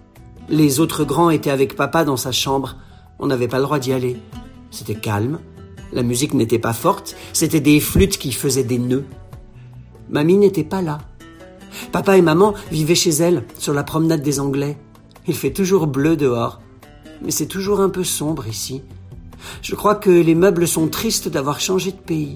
Les autres grands étaient avec papa dans sa chambre. On n'avait pas le droit d'y aller. C'était calme. La musique n'était pas forte. C'était des flûtes qui faisaient des nœuds. Mamie n'était pas là. Papa et maman vivaient chez elle, sur la promenade des Anglais. Il fait toujours bleu dehors. Mais c'est toujours un peu sombre ici. Je crois que les meubles sont tristes d'avoir changé de pays.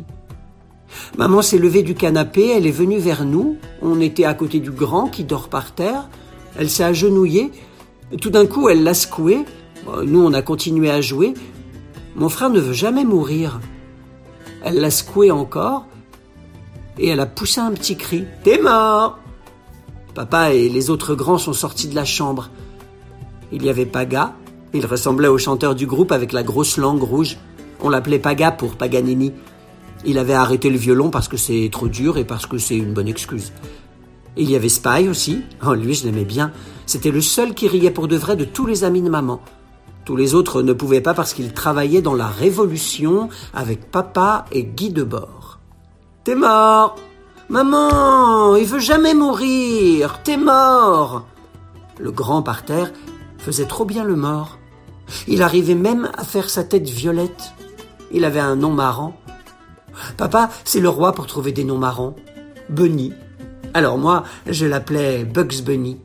Maman s'est levée du canapé, elle est venue vers nous. On était à côté du grand qui dort par terre. Elle s'est agenouillée. Tout d'un coup, elle l'a secoué. Nous, on a continué à jouer. Mon frère ne veut jamais mourir. Elle l'a secoué encore. Et elle a poussé un petit cri. « T'es mort !» Papa et les autres grands sont sortis de la chambre. Il y avait Paga. Il ressemblait au chanteur du groupe avec la grosse langue rouge. On l'appelait Paga pour Paganini. Il avait arrêté le violon parce que c'est trop dur et parce que c'est une bonne excuse. Il y avait Spy aussi. Oh, lui, je l'aimais bien. C'était le seul qui riait pour de vrai de tous les amis de maman. Tous les autres ne pouvaient pas parce qu'ils travaillaient dans la Révolution avec papa et Guy Debord. « T'es mort !»« Maman, il veut jamais mourir !»« T'es mort !» Le grand par terre faisait trop bien le mort. Il arrivait même à faire sa tête violette. Il avait un nom marrant. Papa, c'est le roi pour trouver des noms marrants. Bunny. Alors moi, je l'appelais Bugs Bunny.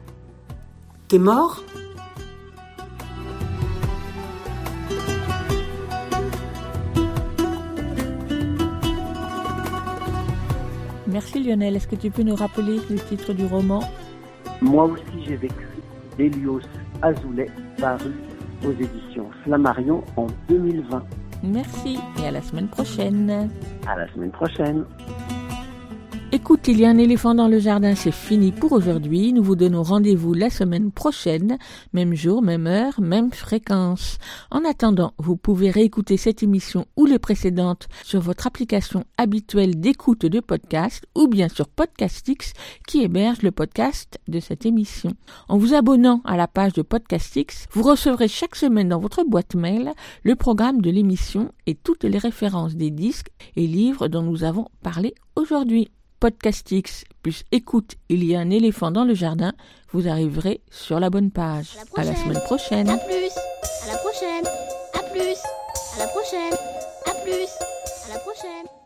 « T'es mort ?» Merci Lionel, est-ce que tu peux nous rappeler le titre du roman ? Moi aussi j'ai vécu, d'Hélios Azoulay, paru aux éditions Flammarion en deux mille vingt. Merci et à la semaine prochaine. À la semaine prochaine. Écoute, il y a un éléphant dans le jardin, c'est fini pour aujourd'hui. Nous vous donnons rendez-vous la semaine prochaine, même jour, même heure, même fréquence. En attendant, vous pouvez réécouter cette émission ou les précédentes sur votre application habituelle d'écoute de podcast ou bien sur Podcastix qui héberge le podcast de cette émission. En vous abonnant à la page de Podcastix, vous recevrez chaque semaine dans votre boîte mail le programme de l'émission et toutes les références des disques et livres dont nous avons parlé aujourd'hui. Podcastix plus écoute, il y a un éléphant dans le jardin, vous arriverez sur la bonne page. À la, à la semaine prochaine. À plus. À la prochaine. À plus. À la prochaine. À plus. À la prochaine.